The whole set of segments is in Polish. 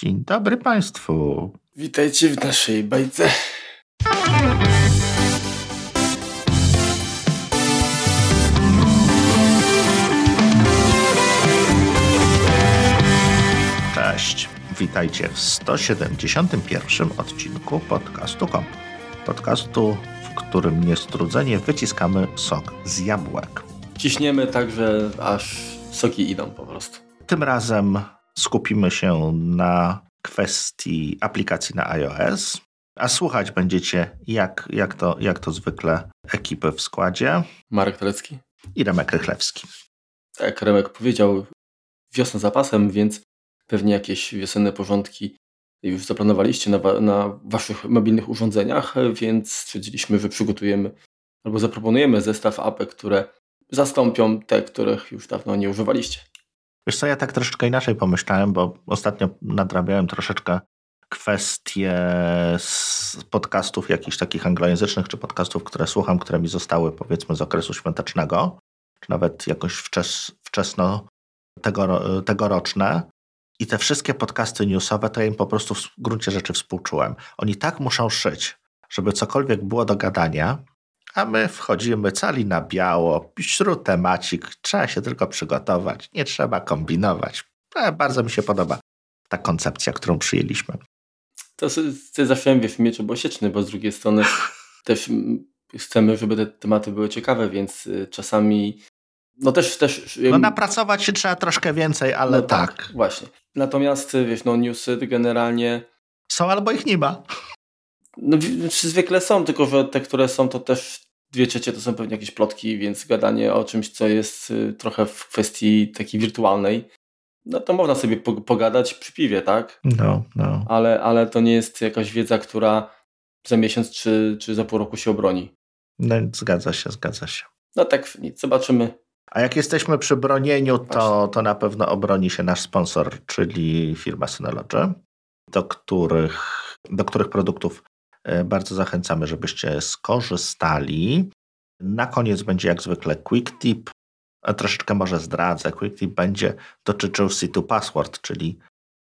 Dzień dobry Państwu. Witajcie w naszej bajce. Cześć. Witajcie w 171 odcinku podcastu.com. Podcastu, w którym niestrudzenie wyciskamy sok z jabłek. Ciśniemy tak, że aż soki idą po prostu. Tym razem skupimy się na kwestii aplikacji na iOS, a słuchać będziecie jak to zwykle ekipy w składzie. Marek Telecki i Remek Rychlewski. Tak, Remek powiedział wiosna za pasem, więc pewnie jakieś wiosenne porządki już zaplanowaliście na waszych mobilnych urządzeniach, więc stwierdziliśmy, że przygotujemy albo zaproponujemy zestaw apek, które zastąpią te, których już dawno nie używaliście. Wiesz co, ja tak troszeczkę inaczej pomyślałem, bo ostatnio nadrabiałem troszeczkę kwestie z podcastów jakichś takich anglojęzycznych, czy podcastów, które słucham, które mi zostały powiedzmy z okresu świątecznego, czy nawet jakoś wczesno tegoroczne. I te wszystkie podcasty newsowe, to ja im po prostu w gruncie rzeczy współczułem. Oni tak muszą szyć, żeby cokolwiek było do gadania, a my wchodzimy cali na biało, wśród temacik, trzeba się tylko przygotować, nie trzeba kombinować. Bardzo mi się podoba ta koncepcja, którą przyjęliśmy. To zawsze miecz obosieczny, bo z drugiej strony też chcemy, żeby te tematy były ciekawe, więc czasami napracować się trzeba troszkę więcej, ale tak. Właśnie. Natomiast newsy generalnie są albo ich nie ma. Zwykle są, tylko że te, które są, to też 2/3 to są pewnie jakieś plotki, więc gadanie o czymś, co jest trochę w kwestii takiej wirtualnej, no to można sobie pogadać przy piwie, tak? No. Ale to nie jest jakaś wiedza, która za miesiąc czy za pół roku się obroni. No, zgadza się. No tak, nic, zobaczymy. A jak jesteśmy przy bronieniu, to na pewno obroni się nasz sponsor, czyli firma Synology, do których produktów bardzo zachęcamy, żebyście skorzystali. Na koniec będzie jak zwykle Quick Tip. Troszeczkę może zdradzę. Quick Tip będzie dotyczył C2 Password, czyli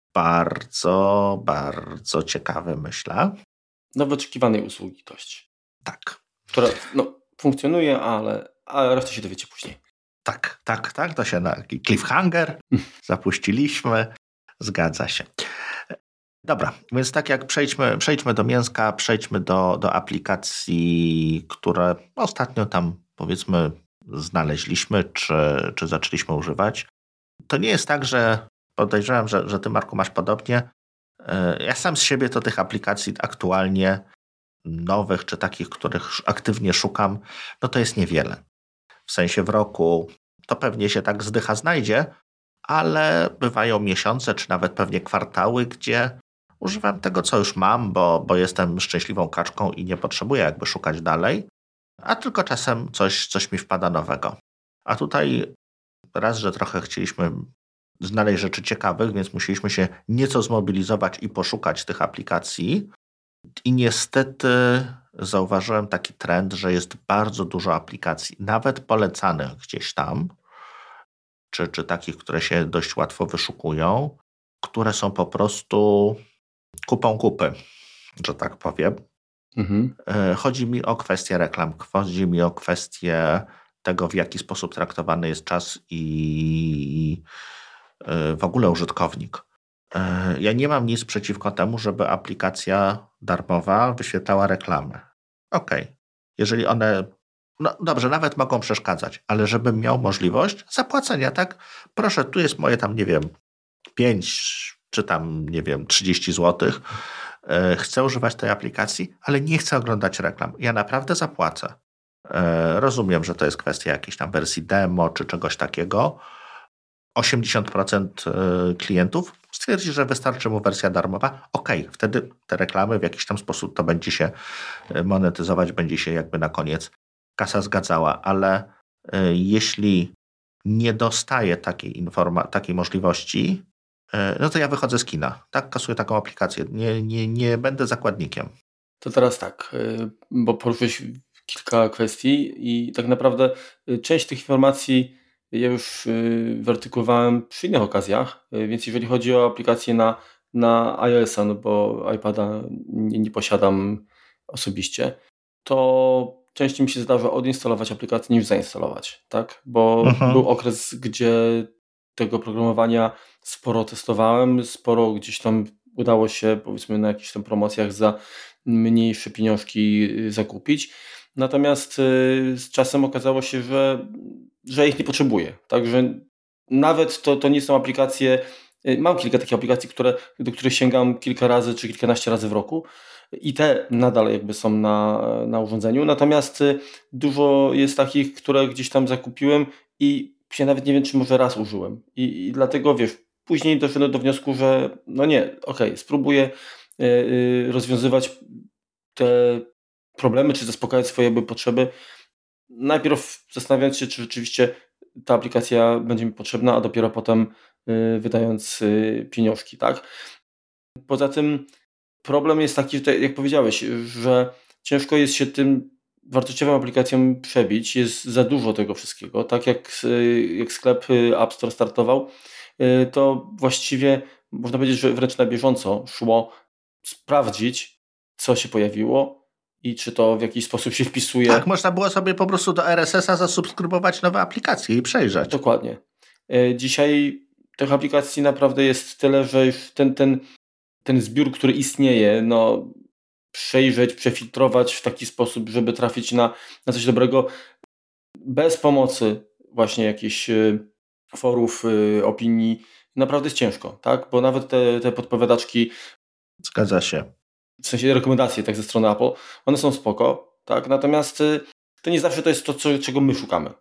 bardzo, bardzo ciekawy, myślę. Wyczekiwanej usługi dość. Tak. Która funkcjonuje, ale resztę się dowiecie później. Tak. To się na cliffhanger zapuściliśmy. Zgadza się. Dobra, więc tak jak przejdźmy do mięska, przejdźmy do aplikacji, które ostatnio tam powiedzmy znaleźliśmy, czy zaczęliśmy używać. To nie jest tak, że podejrzewam, że ty, Marku, masz podobnie. Ja sam z siebie to tych aplikacji aktualnie nowych, czy takich, których aktywnie szukam, to jest niewiele. W sensie w roku to pewnie się tak zdycha znajdzie, ale bywają miesiące, czy nawet pewnie kwartały, gdzie używam tego, co już mam, bo jestem szczęśliwą kaczką i nie potrzebuję jakby szukać dalej, a tylko czasem coś mi wpada nowego. A tutaj raz, że trochę chcieliśmy znaleźć rzeczy ciekawych, więc musieliśmy się nieco zmobilizować i poszukać tych aplikacji. I niestety zauważyłem taki trend, że jest bardzo dużo aplikacji, nawet polecanych gdzieś tam, czy takich, które się dość łatwo wyszukują, które są po prostu kupą kupy, że tak powiem. Mhm. Chodzi mi o kwestię reklam, chodzi mi o kwestię tego, w jaki sposób traktowany jest czas i w ogóle użytkownik. Ja nie mam nic przeciwko temu, żeby aplikacja darmowa wyświetlała reklamy. Okej. Jeżeli one, dobrze, nawet mogą przeszkadzać, ale żebym miał możliwość zapłacenia, tak? Proszę, tu jest moje tam, 5 czy tam, 30 zł. Chcę używać tej aplikacji, ale nie chcę oglądać reklam. Ja naprawdę zapłacę. Rozumiem, że to jest kwestia jakiejś tam wersji demo czy czegoś takiego. 80% klientów stwierdzi, że wystarczy mu wersja darmowa. Okej, wtedy te reklamy w jakiś tam sposób to będzie się monetyzować, będzie się jakby na koniec kasa zgadzała, ale jeśli nie dostaję takiej możliwości, to ja wychodzę z kina. Tak, kasuję taką aplikację. Nie będę zakładnikiem. To teraz tak, bo poruszyłeś kilka kwestii i tak naprawdę część tych informacji ja już wyartykułowałem przy innych okazjach, więc jeżeli chodzi o aplikacje na na iOS-a, no bo iPada nie posiadam osobiście, to częściej mi się zdarza odinstalować aplikację niż zainstalować, tak? Bo był okres, gdzie tego programowania sporo testowałem, sporo gdzieś tam udało się, powiedzmy, na jakichś tam promocjach za mniejsze pieniążki zakupić. Natomiast z czasem okazało się, że ich nie potrzebuję. Także nawet to nie są aplikacje. Mam kilka takich aplikacji, do których sięgam kilka razy czy kilkanaście razy w roku i te nadal jakby są na urządzeniu. Natomiast dużo jest takich, które gdzieś tam zakupiłem i się nawet nie wiem, czy może raz użyłem. I dlatego wiesz, później doszedłem do wniosku, że no nie, okej, spróbuję rozwiązywać te problemy, czy zaspokajać swoje jakby potrzeby. Najpierw zastanawiając się, czy rzeczywiście ta aplikacja będzie mi potrzebna, a dopiero potem wydając pieniążki, tak? Poza tym problem jest taki, że jak powiedziałeś, że ciężko jest się tym wartościowym aplikacjom przebić, jest za dużo tego wszystkiego. Tak jak sklep App Store startował, to właściwie można powiedzieć, że wręcz na bieżąco szło sprawdzić, co się pojawiło i czy to w jakiś sposób się wpisuje. Tak, można było sobie po prostu do RSS-a zasubskrybować nowe aplikacje i przejrzeć. Dokładnie. Dzisiaj tych aplikacji naprawdę jest tyle, że już ten zbiór, który istnieje, no przejrzeć, przefiltrować w taki sposób, żeby trafić na coś dobrego bez pomocy właśnie jakichś forów, opinii, naprawdę jest ciężko, tak? Bo nawet te podpowiadaczki, Zgadza się. w sensie rekomendacje tak ze strony Apple, one są spoko, tak? Natomiast to nie zawsze to jest to, czego my szukamy.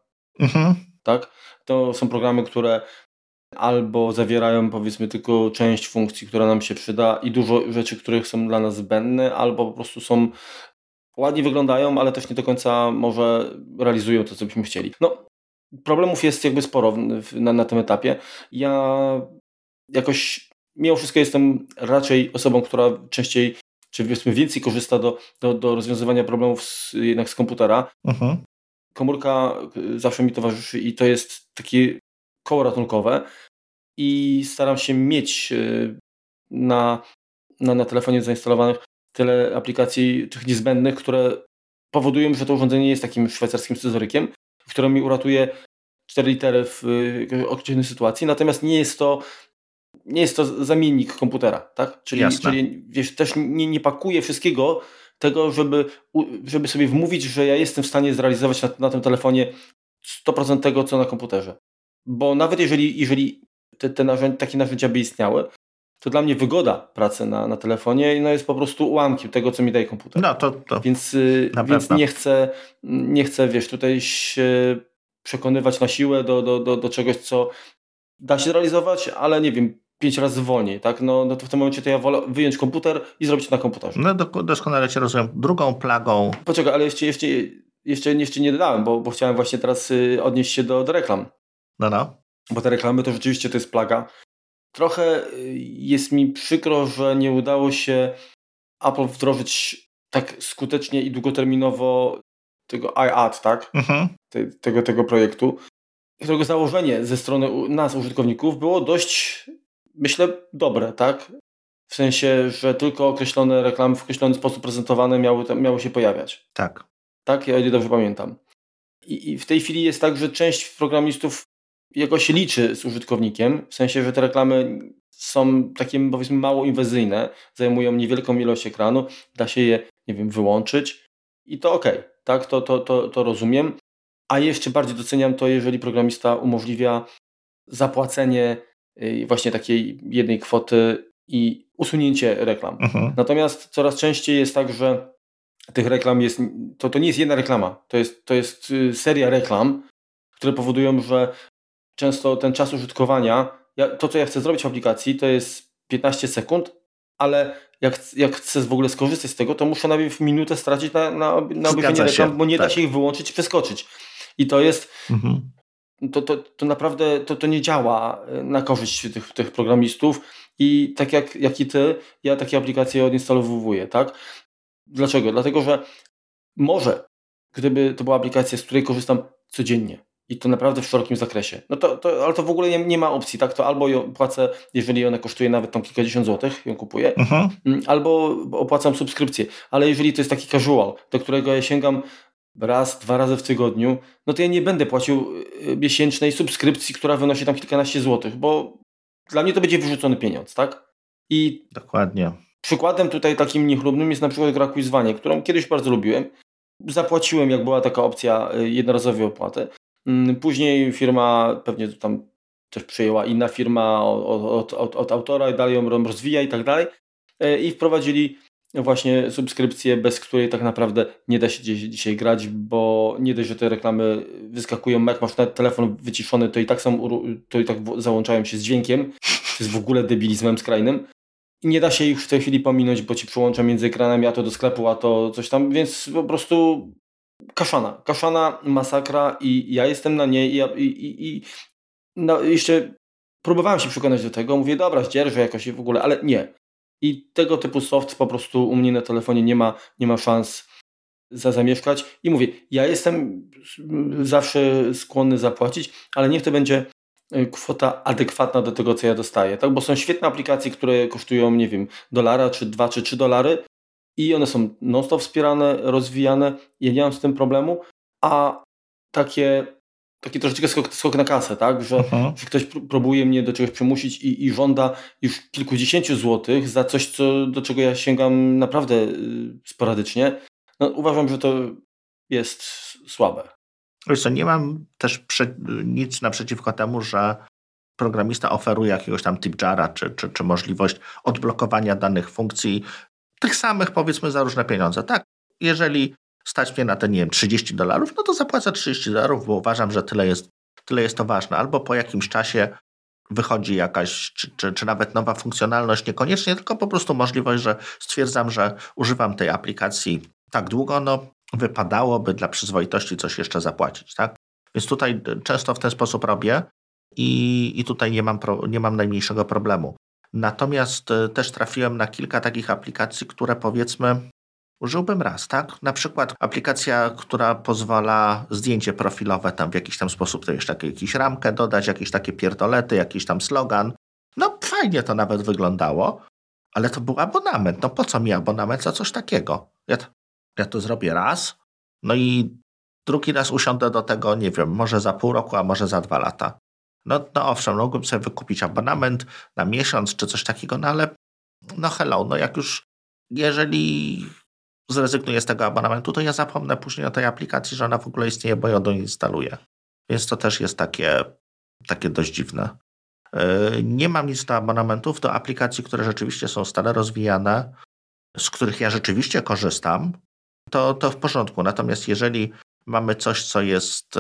Tak? To są programy, które albo zawierają powiedzmy tylko część funkcji, która nam się przyda i dużo rzeczy, które są dla nas zbędne, albo po prostu są ładnie wyglądają, ale też nie do końca może realizują to, co byśmy chcieli. No, problemów jest jakby sporo na tym etapie. Ja jakoś mimo wszystko jestem raczej osobą, która częściej, czy powiedzmy więcej korzysta do rozwiązywania problemów jednak z komputera. Komórka zawsze mi towarzyszy i to jest takie koło ratunkowe i staram się mieć na telefonie zainstalowanych tyle aplikacji tych niezbędnych, które powodują, że to urządzenie jest takim szwajcarskim scyzorykiem, które mi uratuje 4 litery w określonej sytuacji, natomiast nie jest to zamiennik komputera, tak? Czyli wiesz, też nie pakuje wszystkiego tego, żeby sobie wmówić, że ja jestem w stanie zrealizować na tym telefonie 100% tego, co na komputerze. Bo nawet jeżeli takie narzędzia by istniały, to dla mnie wygoda pracy na telefonie jest po prostu ułamkiem tego, co mi daje komputer. No to Więc nie chcę, wiesz, tutaj się przekonywać na siłę do czegoś, co da się realizować, ale nie wiem, 5 razy wolniej, tak? No to w tym momencie to ja wolę wyjąć komputer i zrobić to na komputerze. No doskonale cię rozumiem. Drugą plagą... Poczekaj, ale jeszcze nie dodałem, bo chciałem właśnie teraz odnieść się do reklam. No. Bo te reklamy to rzeczywiście to jest plaga. Trochę jest mi przykro, że nie udało się Apple wdrożyć tak skutecznie i długoterminowo tego iAd, tak? Tego projektu, którego założenie ze strony nas, użytkowników, było dość, myślę, dobre, tak? W sensie, że tylko określone reklamy w określony sposób prezentowane miały się pojawiać. Tak. Tak, ja o ile dobrze pamiętam. I w tej chwili jest tak, że część programistów jakoś liczy z użytkownikiem, w sensie, że te reklamy są takie, powiedzmy, mało inwazyjne, zajmują niewielką ilość ekranu, da się je, nie wiem, wyłączyć i to okej, tak, to rozumiem. A jeszcze bardziej doceniam to, jeżeli programista umożliwia zapłacenie właśnie takiej jednej kwoty i usunięcie reklam. Natomiast coraz częściej jest tak, że tych reklam jest, to nie jest jedna reklama, to jest seria reklam, które powodują, że często ten czas użytkowania, to co ja chcę zrobić w aplikacji, to jest 15 sekund, ale jak chcę w ogóle skorzystać z tego, to muszę najpierw minutę stracić na obejrzenie reklam, bo nie da się ich wyłączyć i przeskoczyć. I to jest... To naprawdę to nie działa na korzyść tych programistów i tak jak i ty, ja takie aplikacje odinstalowuję, tak? Dlaczego? Dlatego, że może gdyby to była aplikacja, z której korzystam codziennie i to naprawdę w szerokim zakresie. No ale to w ogóle nie ma opcji, tak? To albo ją płacę, jeżeli ona kosztuje nawet tam kilkadziesiąt złotych, ją kupuję, albo opłacam subskrypcję. Ale jeżeli to jest taki casual, do którego ja sięgam raz, 2 razy w tygodniu, no to ja nie będę płacił miesięcznej subskrypcji, która wynosi tam kilkanaście złotych, bo dla mnie to będzie wyrzucony pieniądz, tak? I dokładnie. Przykładem tutaj takim niechlubnym jest na przykład gra Quizwanie, którą kiedyś bardzo lubiłem. Zapłaciłem, jak była taka opcja jednorazowej opłaty. Później firma, pewnie tam też przejęła inna firma od autora i dalej ją rozwija i tak dalej. I wprowadzili właśnie subskrypcję, bez której tak naprawdę nie da się dzisiaj grać, bo nie dość, że te reklamy wyskakują, jak masz telefon wyciszony, to i tak załączają się z dźwiękiem. To jest w ogóle debilizmem skrajnym. I nie da się ich w tej chwili pominąć, bo ci przyłącza między ekranami, a to do sklepu, a to coś tam, więc po prostu kaszana, masakra i ja jestem na niej i jeszcze próbowałem się przekonać do tego, mówię, dobra, zdzierżę jakoś w ogóle, ale nie. I tego typu soft po prostu u mnie na telefonie nie ma szans zamieszkać i mówię, ja jestem zawsze skłonny zapłacić, ale niech to będzie kwota adekwatna do tego, co ja dostaję, tak? Bo są świetne aplikacje, które kosztują, nie wiem, $1, czy 2, czy $3 i one są non-stop wspierane, rozwijane, ja nie mam z tym problemu, a taki troszeczkę skok na kasę, tak? Że ktoś próbuje mnie do czegoś przymusić i żąda już kilkudziesięciu złotych za coś, do czego ja sięgam naprawdę sporadycznie. No, uważam, że to jest słabe. Wiesz co, nie mam też nic naprzeciwko temu, że programista oferuje jakiegoś tam tip-jara czy możliwość odblokowania danych funkcji, tych samych powiedzmy za różne pieniądze. Tak, jeżeli stać mnie na te, nie wiem, $30, no to zapłacę $30, bo uważam, że tyle jest to ważne. Albo po jakimś czasie wychodzi jakaś, czy nawet nowa funkcjonalność, niekoniecznie, tylko po prostu możliwość, że stwierdzam, że używam tej aplikacji tak długo, no wypadałoby dla przyzwoitości coś jeszcze zapłacić, tak? Więc tutaj często w ten sposób robię i tutaj nie mam najmniejszego problemu. Natomiast też trafiłem na kilka takich aplikacji, które powiedzmy użyłbym raz, tak? Na przykład aplikacja, która pozwala zdjęcie profilowe tam w jakiś tam sposób, to jeszcze jakąś ramkę dodać, jakieś takie pierdolety, jakiś tam slogan. No fajnie to nawet wyglądało, ale to był abonament. No po co mi abonament za coś takiego? Ja to zrobię raz, no i drugi raz usiądę do tego, nie wiem, może za pół roku, a może za 2 lata. No owszem, mógłbym sobie wykupić abonament na miesiąc czy coś takiego, no ale no hello, no jak już, jeżeli zrezygnuję z tego abonamentu, to ja zapomnę później o tej aplikacji, że ona w ogóle istnieje, bo ją doinstaluję. Więc to też jest takie dość dziwne. Nie mam nic do abonamentów, do aplikacji, które rzeczywiście są stale rozwijane, z których ja rzeczywiście korzystam, to w porządku. Natomiast jeżeli mamy coś, co jest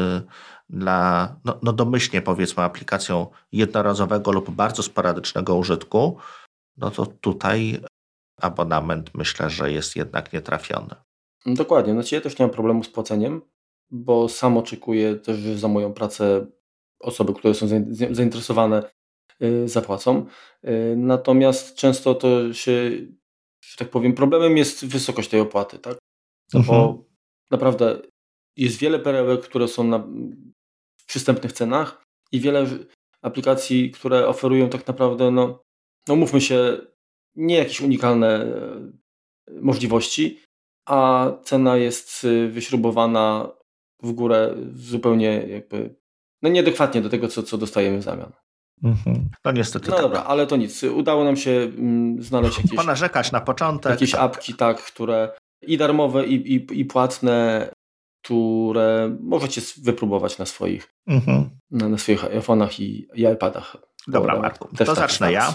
dla, domyślnie powiedzmy aplikacją jednorazowego lub bardzo sporadycznego użytku, no to tutaj abonament myślę, że jest jednak nietrafiony. Dokładnie. Znaczy ja też nie mam problemu z płaceniem, bo sam oczekuję też, że za moją pracę osoby, które są zainteresowane, zapłacą. Natomiast często to się, że tak powiem, problemem jest wysokość tej opłaty, tak? Bo naprawdę jest wiele perełek, które są w przystępnych cenach i wiele aplikacji, które oferują tak naprawdę, no mówmy się, nie jakieś unikalne możliwości, a cena jest wyśrubowana w górę zupełnie jakby nieadekwatnie do tego, co dostajemy w zamian. No niestety. No tak. Dobra, ale to nic. Udało nam się znaleźć jakieś... Ponarzekać na początek. Jakieś apki, tak, które i darmowe, i płatne, które możecie wypróbować na swoich na swoich iPhone'ach i iPadach. Dobra, Marku, to zacznę ja.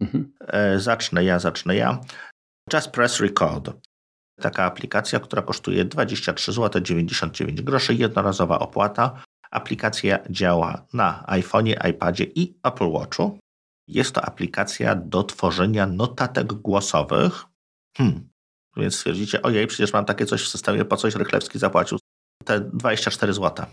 Zacznę ja. Just Press Record. Taka aplikacja, która kosztuje 23,99 zł, jednorazowa opłata. Aplikacja działa na iPhone'ie, iPadzie i Apple Watchu. Jest to aplikacja do tworzenia notatek głosowych. Więc stwierdzicie, ojej, przecież mam takie coś w systemie, po coś Rychlewski zapłacił te 24 zł.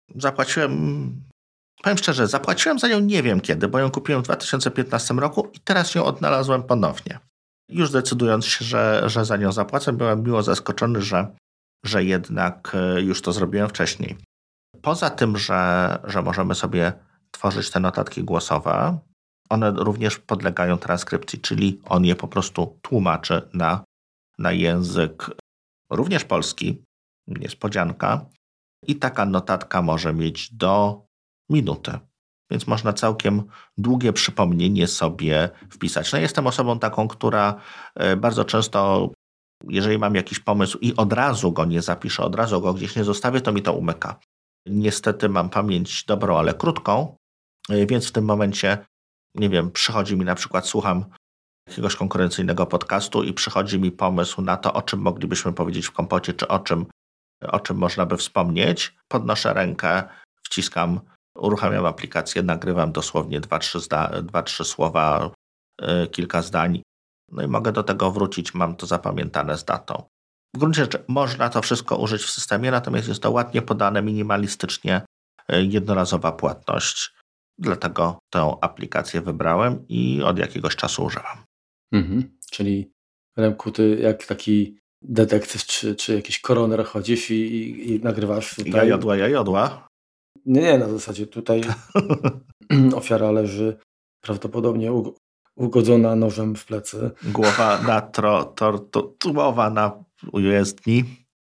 Powiem szczerze, zapłaciłem za nią nie wiem kiedy, bo ją kupiłem w 2015 roku i teraz ją odnalazłem ponownie. Już decydując się, że za nią zapłacę, byłem miło zaskoczony, że jednak już to zrobiłem wcześniej. Poza tym, że możemy sobie tworzyć te notatki głosowe, one również podlegają transkrypcji, czyli on je po prostu tłumaczy na język również polski, niespodzianka. I taka notatka może mieć do minuty. Więc można całkiem długie przypomnienie sobie wpisać. No jestem osobą taką, która bardzo często, jeżeli mam jakiś pomysł i od razu go nie zapiszę, od razu go gdzieś nie zostawię, to mi to umyka. Niestety mam pamięć dobrą, ale krótką, więc w tym momencie, nie wiem, przychodzi mi na przykład, słucham jakiegoś konkurencyjnego podcastu i przychodzi mi pomysł na to, o czym moglibyśmy powiedzieć w kompocie, czy o czym można by wspomnieć. Podnoszę rękę, wciskam, uruchamiam aplikację, nagrywam dosłownie 2-3 słowa, kilka zdań. No i mogę do tego wrócić, mam to zapamiętane z datą. W gruncie rzeczy można to wszystko użyć w systemie, natomiast jest to ładnie podane, minimalistycznie, jednorazowa płatność. Dlatego tę aplikację wybrałem i od jakiegoś czasu używam. Czyli Remku, ty jak taki detektyw czy jakiś koroner chodzisz i nagrywasz tutaj... Jajodła. Nie, na zasadzie tutaj ofiara leży prawdopodobnie ugodzona nożem w plecy. Głowa na głowa na ujezdni.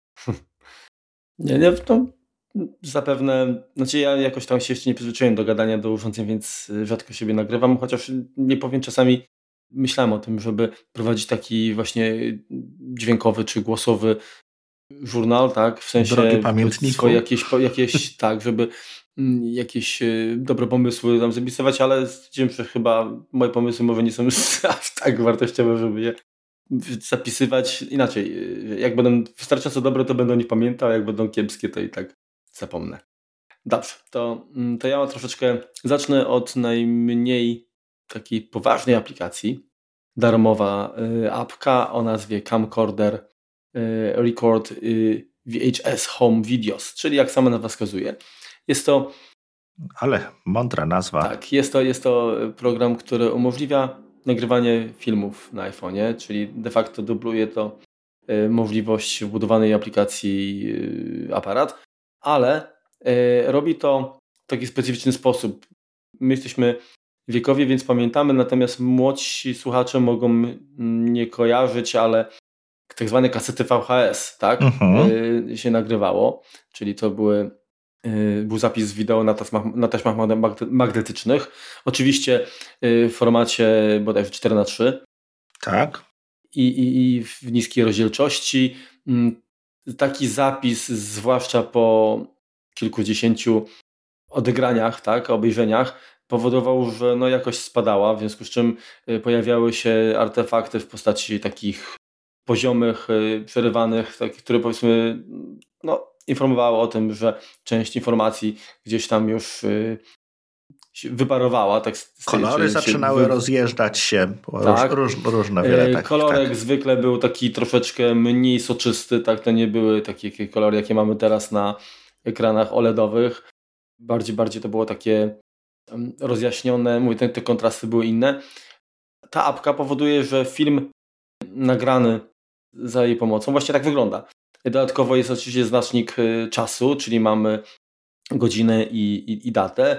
Nie, to zapewne, znaczy ja jakoś tam się jeszcze nie przyzwyczaiłem do gadania do urządzeń, więc rzadko siebie nagrywam, chociaż nie powiem, czasami myślałem o tym, żeby prowadzić taki właśnie dźwiękowy czy głosowy żurnal, tak, w sensie drogi pamiętniku, jakieś tak, żeby jakieś dobre pomysły tam zapisywać, ale stwierdziłem, że chyba moje pomysły może nie są aż tak wartościowe, żeby je zapisywać. Inaczej, jak będą wystarczająco dobre, to będę o nich pamiętał, a jak będą kiepskie, to i tak zapomnę. Dobrze, to ja troszeczkę zacznę od najmniej takiej poważnej aplikacji. Darmowa apka o nazwie Camcorder Record VHS Home Videos, czyli jak sama nazwa wskazuje. Jest to... Ale mądra nazwa. Tak, jest to program, który umożliwia nagrywanie filmów na iPhone'ie, czyli de facto dubluje to możliwość wbudowanej aplikacji aparat, ale robi to w taki specyficzny sposób. My jesteśmy wiekowi, więc pamiętamy, natomiast młodsi słuchacze mogą nie kojarzyć, ale tak zwane kasety VHS, tak? Się nagrywało, czyli to był zapis wideo na taśmach magnetycznych. Oczywiście w formacie bodajże 4:3. Tak. I w niskiej rozdzielczości. Taki zapis, zwłaszcza po kilkudziesięciu odegraniach, tak, obejrzeniach, powodował, że jakość spadała, w związku z czym pojawiały się artefakty w postaci takich poziomych, przerywanych, które powiedzmy informowało o tym, że część informacji gdzieś tam już wyparowała. Tak, kolory zaczynały rozjeżdżać się, tak. różne wiele takich. Kolorek tak. zwykle był taki troszeczkę mniej soczysty, tak, to nie były takie kolory, jakie mamy teraz na ekranach OLEDowych. Bardziej to było takie rozjaśnione, mówię, te kontrasty były inne. Ta apka powoduje, że film nagrany za jej pomocą właśnie tak wygląda. Dodatkowo jest oczywiście znacznik czasu, czyli mamy godzinę i datę.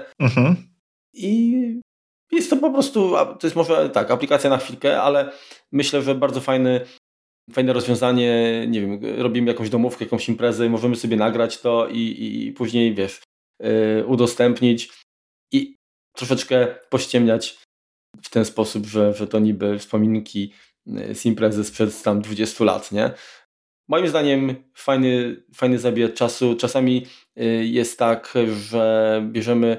I jest to po prostu, to jest może tak, aplikacja na chwilkę, ale myślę, że bardzo fajne rozwiązanie. Nie wiem, robimy jakąś domówkę, jakąś imprezę, możemy sobie nagrać to i później, wiesz, udostępnić i troszeczkę pościemniać w ten sposób, że to niby wspominki z imprezy sprzed tam 20 lat, nie? Moim zdaniem fajny zabijacz czasu. Czasami jest tak, że bierzemy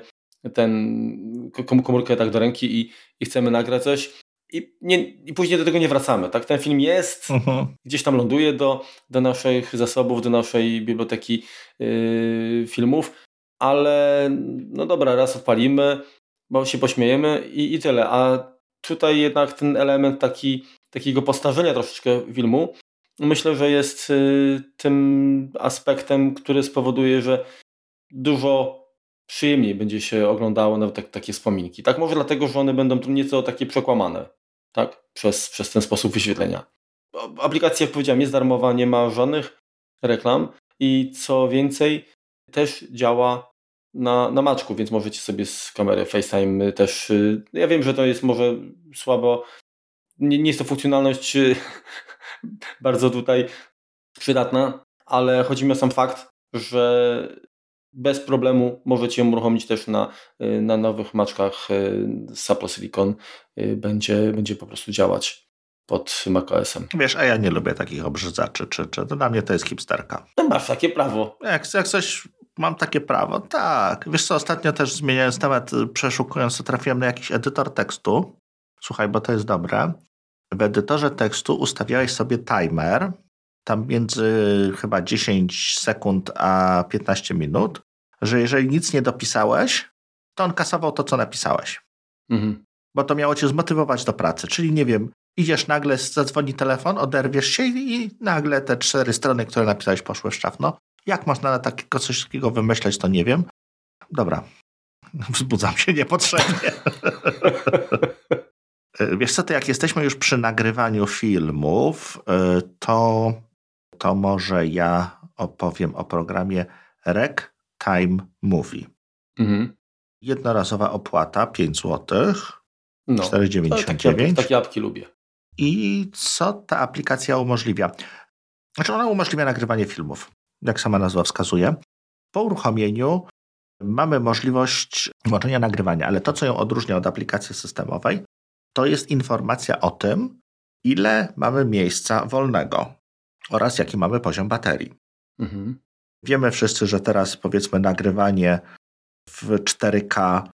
komórkę tak do ręki i chcemy nagrać coś i później do tego nie wracamy. Tak? Ten film jest, gdzieś tam ląduje do naszych zasobów, do naszej biblioteki filmów, ale no dobra, raz odpalimy, bo się pośmiejemy i tyle. A tutaj jednak ten element takiego postarzenia troszeczkę filmu, myślę, że jest tym aspektem, który spowoduje, że dużo przyjemniej będzie się oglądało nawet takie wspominki. Tak, może dlatego, że one będą nieco takie przekłamane, tak? Przez ten sposób wyświetlenia. Aplikacja, jak powiedziałem, jest darmowa, nie ma żadnych reklam i co więcej, też działa na maczku, więc możecie sobie z kamery FaceTime też, ja wiem, że to jest może słabo, nie jest to funkcjonalność bardzo tutaj przydatna, ale chodzi mi o sam fakt, że bez problemu możecie ją uruchomić też na nowych maczkach z Apple Silicon. Będzie po prostu działać pod macOS-em. Wiesz, a ja nie lubię takich obrzydzaczy, czy to dla mnie to jest hipsterka. No masz takie prawo. Jak coś mam takie prawo, tak. Wiesz co, ostatnio też zmieniając temat, przeszukując, to trafiłem na jakiś edytor tekstu. Słuchaj, bo to jest dobre. W edytorze tekstu ustawiałeś sobie timer, tam między chyba 10 sekund a 15 minut, że jeżeli nic nie dopisałeś, to on kasował to, co napisałeś. Mhm. Bo to miało cię zmotywować do pracy. Czyli nie wiem, idziesz nagle, zadzwoni telefon, oderwiesz się i nagle te 4 strony, które napisałeś, poszły w szaf. No, jak można na coś takiego wymyśleć, to nie wiem. Dobra, wzbudzam się niepotrzebnie. Wiesz co, to jak jesteśmy już przy nagrywaniu filmów, to może ja opowiem o programie Rec Time Movie. Mhm. Jednorazowa opłata 5 zł, No, 4,99. takie apki lubię. I co ta aplikacja umożliwia? Znaczy ona umożliwia nagrywanie filmów, jak sama nazwa wskazuje. Po uruchomieniu mamy możliwość włączenia nagrywania, ale to, co ją odróżnia od aplikacji systemowej, to jest informacja o tym, ile mamy miejsca wolnego oraz jaki mamy poziom baterii. Mhm. Wiemy wszyscy, że teraz powiedzmy nagrywanie w 4K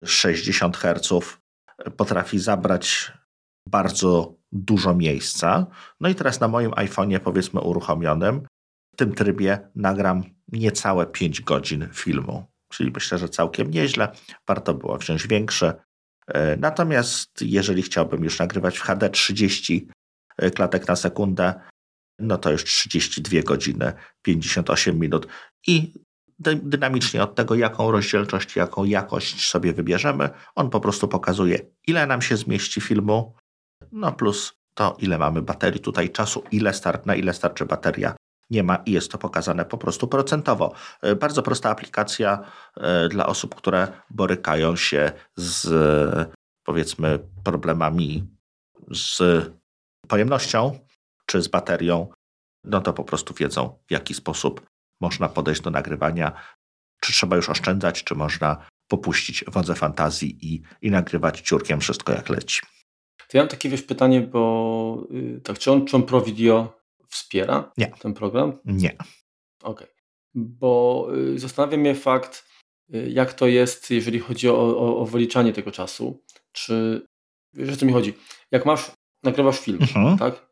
60 Hz potrafi zabrać bardzo dużo miejsca. No i teraz na moim iPhone'ie powiedzmy uruchomionym w tym trybie nagram niecałe 5 godzin filmu. Czyli myślę, że całkiem nieźle. Warto było wziąć większe. Natomiast jeżeli chciałbym już nagrywać w HD 30 klatek na sekundę, no to już 32 godziny, 58 minut i dynamicznie od tego, jaką rozdzielczość, jaką jakość sobie wybierzemy, on po prostu pokazuje, ile nam się zmieści filmu, no plus to, ile mamy baterii tutaj czasu, na ile starczy bateria. Nie ma i jest to pokazane po prostu procentowo. Bardzo prosta aplikacja dla osób, które borykają się z powiedzmy problemami z pojemnością czy z baterią, no to po prostu wiedzą, w jaki sposób można podejść do nagrywania, czy trzeba już oszczędzać, czy można popuścić wodze fantazji i nagrywać ciurkiem wszystko jak leci. To ja mam takie pytanie, bo tak, czy on Pro Video wspiera ten program? Nie. Okej. Bo zastanawia mnie fakt, jak to jest, jeżeli chodzi o wyliczanie tego czasu. Czy wiesz, o co mi chodzi? Jak nagrywasz film, tak?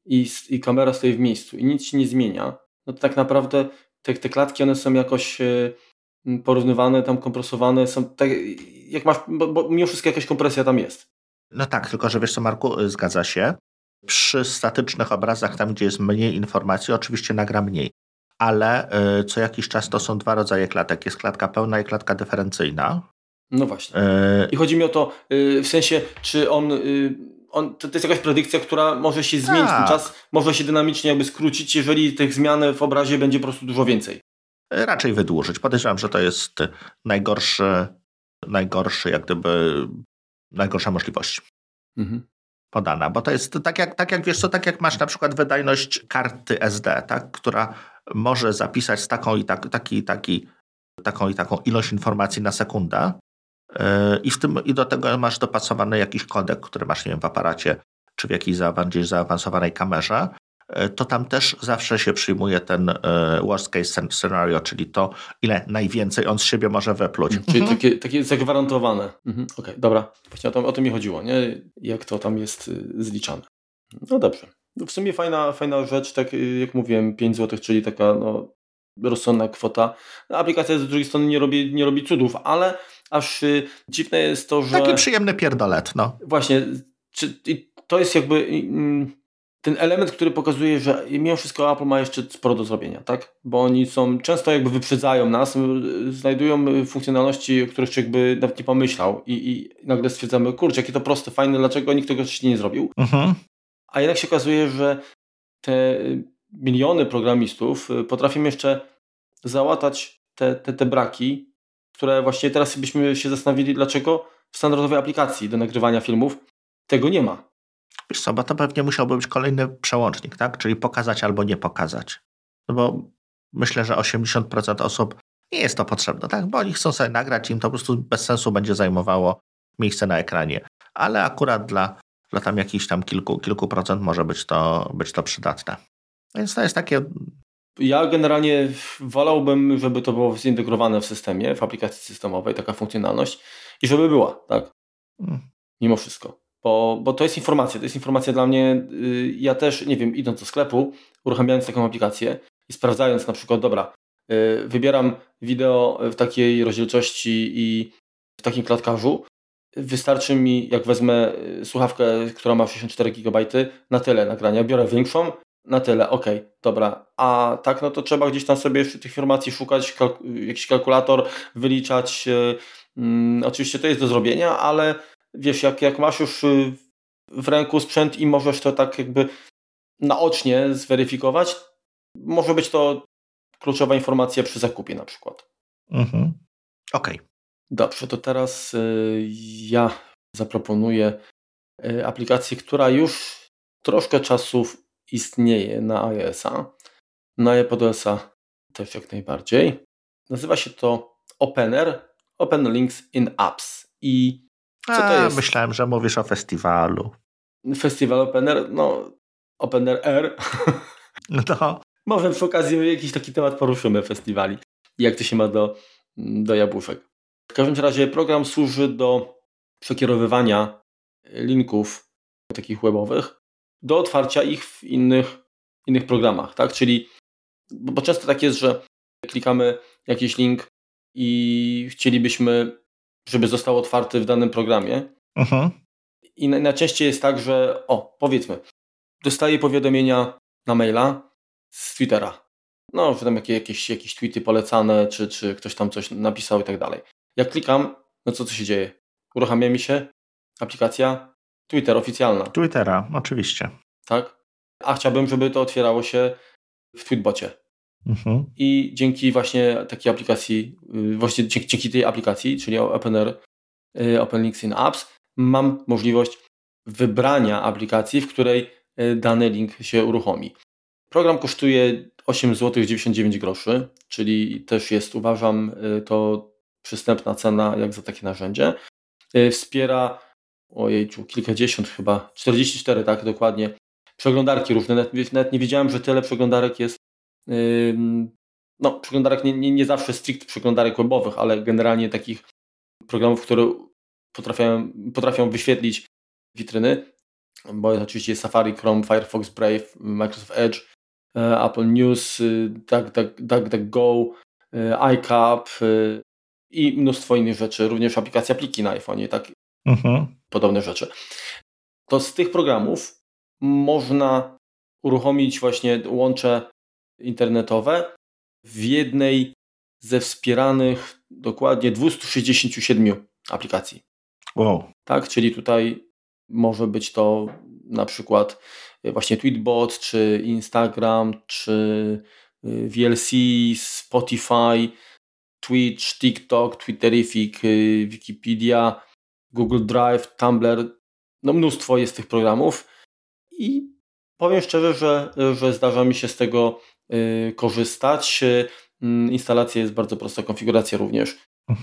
I kamera stoi w miejscu i nic się nie zmienia, no to tak naprawdę te klatki, one są jakoś porównywane, tam kompresowane, są tak, jak masz, bo mimo wszystko jakaś kompresja tam jest. No tak, tylko że wiesz co, Marku, zgadza się. Przy statycznych obrazach, tam gdzie jest mniej informacji, oczywiście nagra mniej. Ale co jakiś czas to są 2 rodzaje klatek. Jest klatka pełna i klatka dyferencyjna. No właśnie. I chodzi mi o to, w sensie, czy on to jest jakaś predykcja, która może się zmienić, ten czas może się dynamicznie jakby skrócić, jeżeli tych zmian w obrazie będzie po prostu dużo więcej. Raczej wydłużyć. Podejrzewam, że to jest najgorsza możliwość podana, bo to jest tak jak wiesz co, tak jak masz na przykład wydajność karty SD, tak, która może zapisać z taką i taką ilość informacji na sekundę i do tego masz dopasowany jakiś kodek, który masz, nie wiem, w aparacie czy w jakiejś bardziej zaawansowanej kamerze, to tam też zawsze się przyjmuje ten worst case scenario, czyli to, ile najwięcej on z siebie może wypluć. Czyli takie zagwarantowane. Okej, dobra. Właśnie o to mi chodziło, nie? Jak to tam jest zliczane. No dobrze. W sumie fajna rzecz, tak jak mówiłem, 5 zł, czyli taka rozsądna kwota. Aplikacja z drugiej strony nie robi cudów, ale aż dziwne jest to, że... Taki przyjemny pierdolet, no. Właśnie. To jest jakby... ten element, który pokazuje, że mimo wszystko Apple ma jeszcze sporo do zrobienia, tak? Bo oni często jakby wyprzedzają nas, znajdują funkcjonalności, o których człowiek by nawet nie pomyślał i nagle stwierdzamy, kurczę, jakie to proste, fajne, dlaczego nikt tego wcześniej nie zrobił? A jednak się okazuje, że te miliony programistów potrafią jeszcze załatać te braki, które właśnie teraz byśmy się zastanowili, dlaczego w standardowej aplikacji do nagrywania filmów tego nie ma. Wiesz co, bo to pewnie musiałby być kolejny przełącznik, tak? Czyli pokazać albo nie pokazać. No bo myślę, że 80% osób nie jest to potrzebne, tak? Bo oni chcą sobie nagrać, im to po prostu bez sensu będzie zajmowało miejsce na ekranie. Ale akurat dla tam jakichś tam kilku procent może być to przydatne. Więc to jest takie... Ja generalnie wolałbym, żeby to było zintegrowane w systemie, w aplikacji systemowej, taka funkcjonalność i żeby była, tak? Mimo wszystko. Bo to jest informacja dla mnie. Ja też, nie wiem, idąc do sklepu, uruchamiając taką aplikację i sprawdzając na przykład, dobra, wybieram wideo w takiej rozdzielczości i w takim klatkarzu, wystarczy mi, jak wezmę słuchawkę, która ma 64 GB, na tyle nagrania, biorę większą, na tyle, okej, dobra. A tak, no to trzeba gdzieś tam sobie tych informacji szukać, jakiś kalkulator, wyliczać. Oczywiście to jest do zrobienia, ale wiesz, jak masz już w ręku sprzęt i możesz to tak jakby naocznie zweryfikować, może być to kluczowa informacja przy zakupie na przykład. Okej. Dobrze, to teraz ja zaproponuję aplikację, która już troszkę czasów istnieje na iOS-a, na iPadOS-a też jak najbardziej. Nazywa się to Opener, Open Links in Apps. I co to jest? Myślałem, że mówisz o festiwalu. Festiwal Opener, no Opener R. No. Może przy okazji jakiś taki temat poruszymy festiwali. Jak to się ma do jabłuszek. W każdym razie program służy do przekierowywania linków takich webowych do otwarcia ich w innych programach, tak? Czyli, bo często tak jest, że klikamy jakiś link i chcielibyśmy, żeby został otwarty w danym programie. I najczęściej jest tak, że powiedzmy, dostaję powiadomienia na maila z Twittera. No, że tam jakieś tweety polecane, czy ktoś tam coś napisał i tak dalej. Jak klikam, no co się dzieje? Uruchamia mi się aplikacja Twitter oficjalna. Twittera, oczywiście. Tak? A chciałbym, żeby to otwierało się w Tweetbocie. I dzięki właśnie takiej aplikacji, właśnie dzięki tej aplikacji, czyli Open Links in Apps, mam możliwość wybrania aplikacji, w której dany link się uruchomi. Program kosztuje 8,99 zł, czyli też jest, uważam, to przystępna cena jak za takie narzędzie. Wspiera kilkadziesiąt chyba, 44, tak dokładnie, przeglądarki różne. Nawet nie wiedziałem, że tyle przeglądarek jest. Przeglądarek nie zawsze stricte przeglądarek webowych, ale generalnie takich programów, które potrafią wyświetlić witryny, bo oczywiście jest Safari, Chrome, Firefox, Brave, Microsoft Edge, Apple News, DuckDuckGo, iCap i mnóstwo innych rzeczy, również aplikacja pliki na iPhone'ie, tak, podobne rzeczy. To z tych programów można uruchomić właśnie łącze internetowe w jednej ze wspieranych dokładnie 267 aplikacji. Wow. Tak, czyli tutaj może być to na przykład właśnie Tweetbot, czy Instagram, czy VLC, Spotify, Twitch, TikTok, Twitterific, Wikipedia, Google Drive, Tumblr. No mnóstwo jest tych programów i powiem szczerze, że zdarza mi się z tego korzystać. Instalacja jest bardzo prosta, konfiguracja również.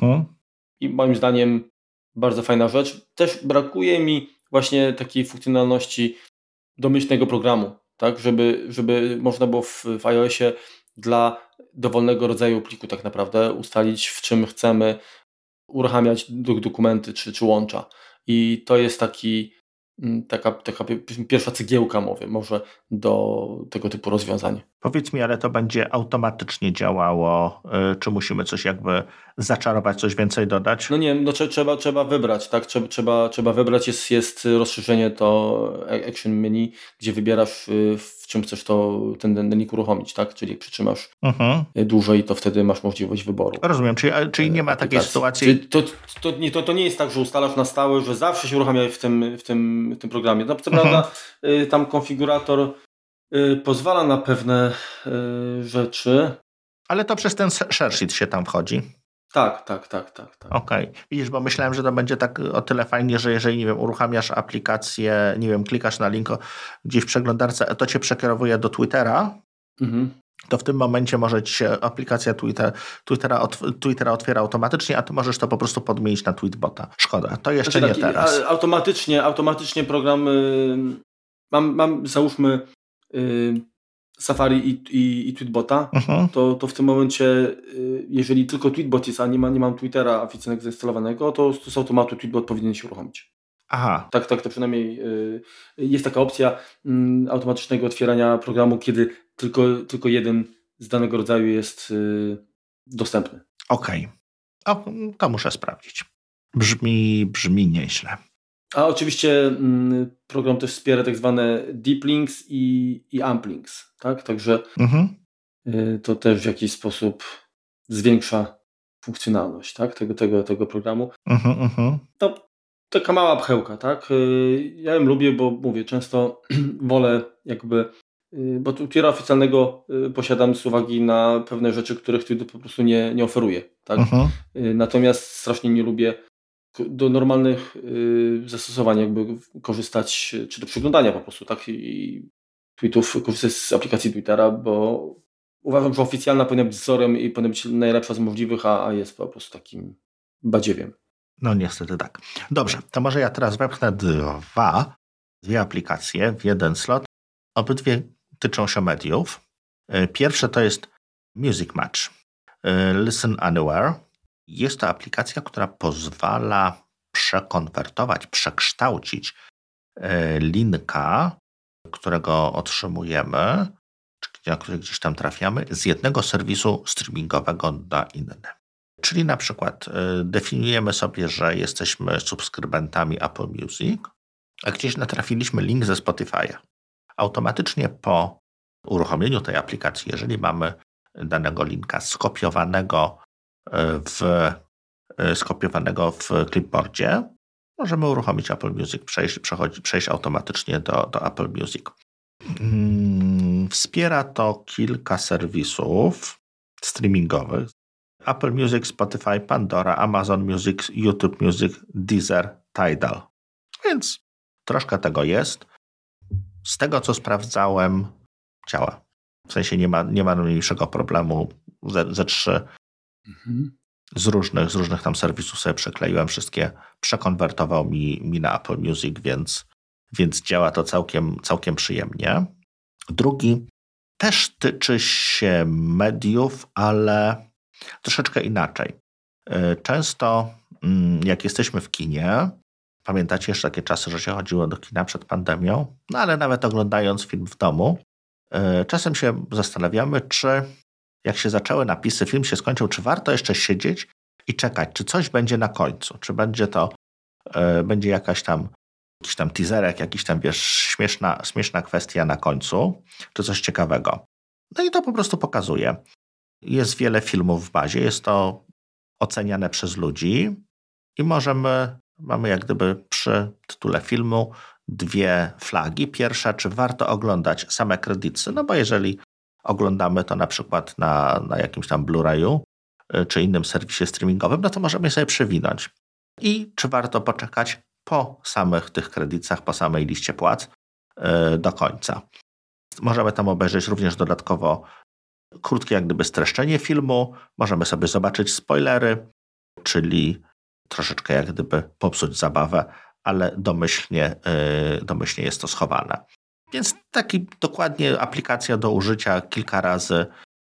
I moim zdaniem bardzo fajna rzecz. Też brakuje mi właśnie takiej funkcjonalności domyślnego programu, tak, żeby można było w iOSie dla dowolnego rodzaju pliku tak naprawdę ustalić, w czym chcemy uruchamiać dokumenty czy łącza. I to jest taka pierwsza cegiełka może do tego typu rozwiązań. Powiedz mi, ale to będzie automatycznie działało, czy musimy coś jakby zaczarować, coś więcej dodać? No nie, trzeba wybrać, tak? Trzeba wybrać, jest rozszerzenie to Action Menu, gdzie wybierasz w czym chcesz ten link uruchomić, tak? Czyli jak przytrzymasz dłużej, to wtedy masz możliwość wyboru. Rozumiem, czyli nie ma takiej sytuacji... To nie jest tak, że ustalasz na stałe, że zawsze się uruchamia w tym programie. No co prawda tam konfigurator pozwala na pewne rzeczy. Ale to przez ten share sheet się tam wchodzi. Tak. Okej. Widzisz, bo myślałem, że to będzie tak o tyle fajnie, że jeżeli, nie wiem, uruchamiasz aplikację, nie wiem, klikasz na link gdzieś w przeglądarce, to cię przekierowuje do Twittera, to w tym momencie może ci się aplikacja Twittera otwiera automatycznie, a ty możesz to po prostu podmienić na tweetbota. Szkoda, to jeszcze nie teraz. Automatycznie program, mam załóżmy Safari i Tweetbota, to w tym momencie, jeżeli tylko Tweetbot jest, a nie mam Twittera oficjalnego zainstalowanego, to z automatu Tweetbot powinien się uruchomić. Aha. Tak, to przynajmniej jest taka opcja automatycznego otwierania programu, kiedy tylko jeden z danego rodzaju jest dostępny. Okej. To muszę sprawdzić. Brzmi nieźle. A oczywiście program też wspiera tak zwane deep links i amp links, tak? Także to też w jakiś sposób zwiększa funkcjonalność, tak? tego programu. To taka mała pchełka, tak? Ja ją lubię, bo mówię, często wolę jakby, bo Twittera oficjalnego posiadam z uwagi na pewne rzeczy, których Twitter po prostu nie oferuje, tak? Natomiast strasznie nie lubię do normalnych zastosowań jakby korzystać, czy do przeglądania po prostu, tak? I tweetów korzystać z aplikacji Twittera, bo uważam, że oficjalna powinna być wzorem i powinna być najlepsza z możliwych, a jest po prostu takim badziewiem. No niestety tak. Dobrze, to może ja teraz wepchnę dwie aplikacje w jeden slot. Obydwie tyczą się mediów. Pierwsze to jest Music Match. Listen Anywhere. Jest to aplikacja, która pozwala przekształcić linka, którego otrzymujemy, czy na który gdzieś tam trafiamy, z jednego serwisu streamingowego na inny. Czyli na przykład definiujemy sobie, że jesteśmy subskrybentami Apple Music, a gdzieś natrafiliśmy link ze Spotify'a. Automatycznie po uruchomieniu tej aplikacji, jeżeli mamy danego linka skopiowanego w clipboardzie, możemy uruchomić Apple Music, przejść automatycznie do Apple Music. Wspiera to kilka serwisów streamingowych. Apple Music, Spotify, Pandora, Amazon Music, YouTube Music, Deezer, Tidal. Więc troszkę tego jest. Z tego, co sprawdzałem, działa. W sensie nie ma najmniejszego problemu. Ze 3 z różnych tam serwisów sobie przekleiłem, wszystkie przekonwertował mi na Apple Music, więc działa to całkiem przyjemnie. Drugi też tyczy się mediów, ale troszeczkę inaczej. Często jak jesteśmy w kinie, pamiętacie jeszcze takie czasy, że się chodziło do kina przed pandemią, no ale nawet oglądając film w domu, czasem się zastanawiamy, czy jak się zaczęły napisy, film się skończył, czy warto jeszcze siedzieć i czekać, czy coś będzie na końcu, czy będzie jakiś tam teaserek, jakiś tam, wiesz, śmieszna kwestia na końcu, czy coś ciekawego. No i to po prostu pokazuje. Jest wiele filmów w bazie, jest to oceniane przez ludzi i mamy jak gdyby przy tytule filmu 2 flagi. Pierwsza, czy warto oglądać same kredyty, no bo jeżeli oglądamy to na przykład na jakimś tam Blu-rayu czy innym serwisie streamingowym, no to możemy sobie przewinąć. I czy warto poczekać po samych tych kredytach, po samej liście płac do końca. Możemy tam obejrzeć również dodatkowo krótkie jak gdyby streszczenie filmu, możemy sobie zobaczyć spoilery, czyli troszeczkę jak gdyby popsuć zabawę, ale domyślnie jest to schowane. Więc taki dokładnie aplikacja do użycia kilka razy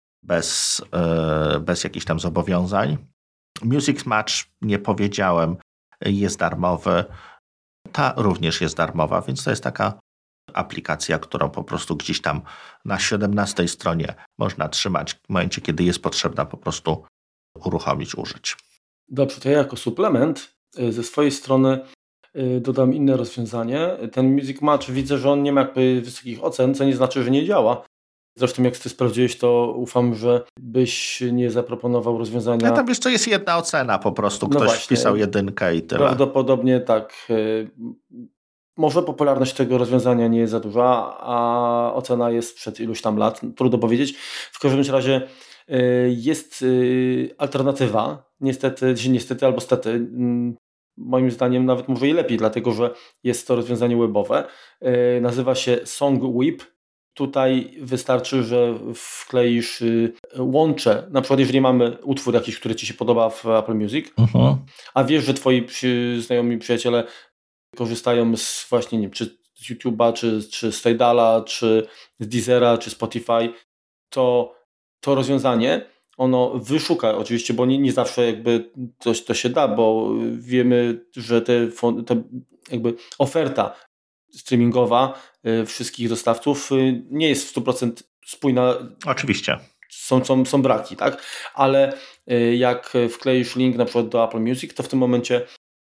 bez jakichś tam zobowiązań. Music Match, nie powiedziałem, jest darmowy. Ta również jest darmowa, więc to jest taka aplikacja, którą po prostu gdzieś tam na 17 stronie można trzymać w momencie, kiedy jest potrzebna, po prostu uruchomić, użyć. Dobrze, to ja jako suplement ze swojej strony dodam inne rozwiązanie. Ten Music Match, widzę, że on nie ma jakby wysokich ocen, co nie znaczy, że nie działa. Zresztą jak ty sprawdziłeś, to ufam, że byś nie zaproponował rozwiązania. No tam jeszcze jest jedna ocena po prostu. Ktoś wpisał 1 i tyle. Prawdopodobnie tak. Może popularność tego rozwiązania nie jest za duża, a ocena jest sprzed iluś tam lat. Trudno powiedzieć. W każdym razie Jest alternatywa, niestety albo stety, moim zdaniem nawet może i lepiej, dlatego że jest to rozwiązanie webowe. Nazywa się SongWhip. Tutaj wystarczy, że wkleisz łącze, na przykład jeżeli mamy utwór jakiś, który Ci się podoba w Apple Music, a wiesz, że Twoi znajomi przyjaciele korzystają z właśnie, nie wiem, czy z YouTube'a, czy z Tidala, czy z Deezera, czy Spotify, to rozwiązanie, ono wyszuka oczywiście, bo nie zawsze jakby to się da, bo wiemy, że te jakby oferta streamingowa wszystkich dostawców nie jest w 100% spójna. Oczywiście. Są braki, tak? Ale jak wkleisz link na przykład do Apple Music, to w tym momencie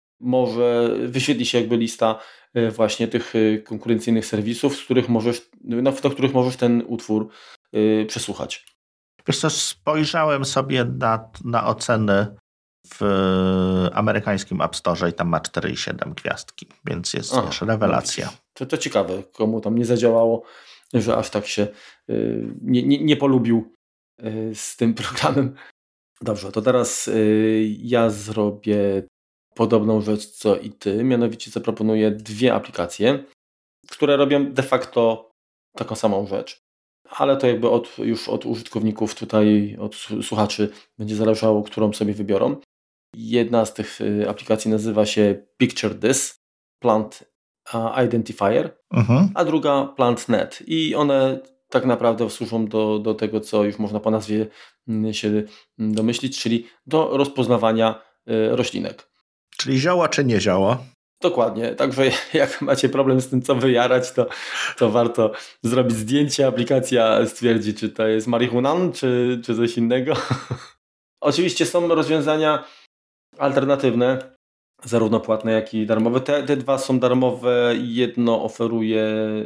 może wyświetli się jakby lista właśnie tych konkurencyjnych serwisów, do których możesz ten utwór przesłuchać. Wiesz co, spojrzałem sobie na oceny w amerykańskim App Store i tam ma 4,7 gwiazdki, więc jest rewelacja. To ciekawe, komu tam nie zadziałało, że aż tak się nie polubił z tym programem. Dobrze, to teraz ja zrobię podobną rzecz co i ty, mianowicie zaproponuję 2 aplikacje, które robią de facto taką samą rzecz. Ale to jakby już od użytkowników tutaj, od słuchaczy będzie zależało, którą sobie wybiorą. Jedna z tych aplikacji nazywa się Picture This, Plant Identifier, a druga PlantNet. I one tak naprawdę służą do tego, co już można po nazwie się domyślić, czyli do rozpoznawania roślinek. Czyli zioło czy nie zioło? Dokładnie, także jak macie problem z tym, co wyjarać, to warto zrobić zdjęcie, aplikacja stwierdzi, czy to jest marihuana, czy coś innego. Oczywiście są rozwiązania alternatywne, zarówno płatne, jak i darmowe. Te 2 są darmowe, jedno oferuje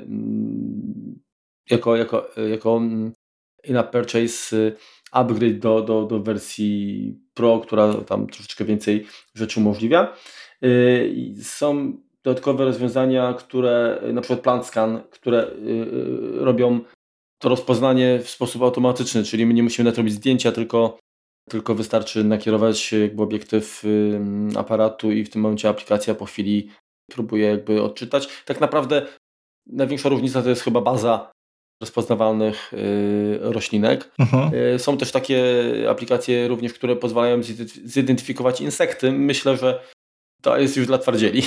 jako in-app purchase upgrade do wersji Pro, która tam troszeczkę więcej rzeczy umożliwia. Są dodatkowe rozwiązania, które na przykład PlantScan, które robią to rozpoznanie w sposób automatyczny, czyli my nie musimy nadrobić zdjęcia, tylko wystarczy nakierować jakby obiektyw aparatu i w tym momencie aplikacja po chwili próbuje jakby odczytać. Tak naprawdę największa różnica to jest chyba baza rozpoznawalnych roślinek. Są też takie aplikacje również, które pozwalają zidentyfikować insekty. Myślę, że to jest już dla twardzieli.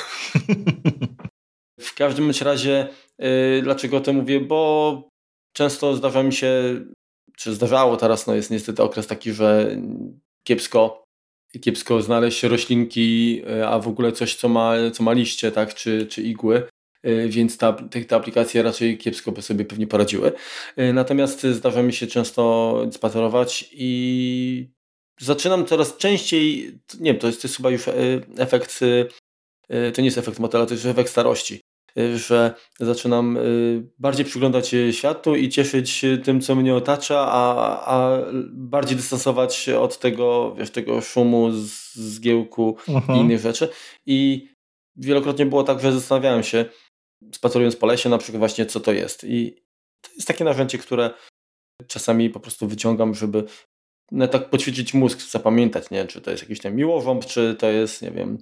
W każdym bądź razie, dlaczego o tym mówię? Bo często zdarza mi się, czy zdarzało teraz, jest niestety okres taki, że kiepsko znaleźć roślinki, a w ogóle coś, co ma liście, tak, czy igły. Więc te aplikacje raczej kiepsko by sobie pewnie poradziły. Natomiast zdarza mi się często spacerować i zaczynam coraz częściej, nie wiem, to jest chyba już efekt, to nie jest efekt motyla, to jest efekt starości, że zaczynam bardziej przyglądać się światu i cieszyć tym, co mnie otacza, a bardziej dystansować się od tego szumu, zgiełku i innych rzeczy. I wielokrotnie było tak, że zastanawiałem się, spacerując po lesie, na przykład właśnie co to jest. I to jest takie narzędzie, które czasami po prostu wyciągam, żeby tak poćwiczyć mózg, zapamiętać, nie wiem, czy to jest jakiś tam miłożąb, czy to jest, nie wiem,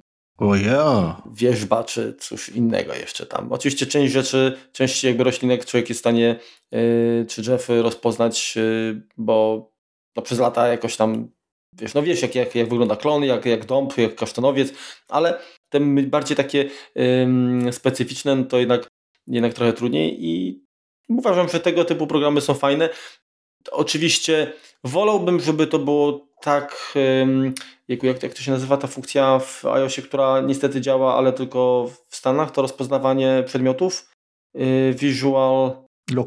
wierzba, czy coś innego jeszcze tam. Oczywiście część jakby roślinek człowiek jest w stanie, czy drzew rozpoznać, bo przez lata jakoś tam, wiesz jak wygląda klon, jak dąb, jak kasztanowiec, ale te bardziej takie specyficzne, to jednak trochę trudniej i uważam, że tego typu programy są fajne. Oczywiście wolałbym, żeby to było tak, jak to się nazywa ta funkcja w iOSie, która niestety działa, ale tylko w Stanach, to rozpoznawanie przedmiotów. Visual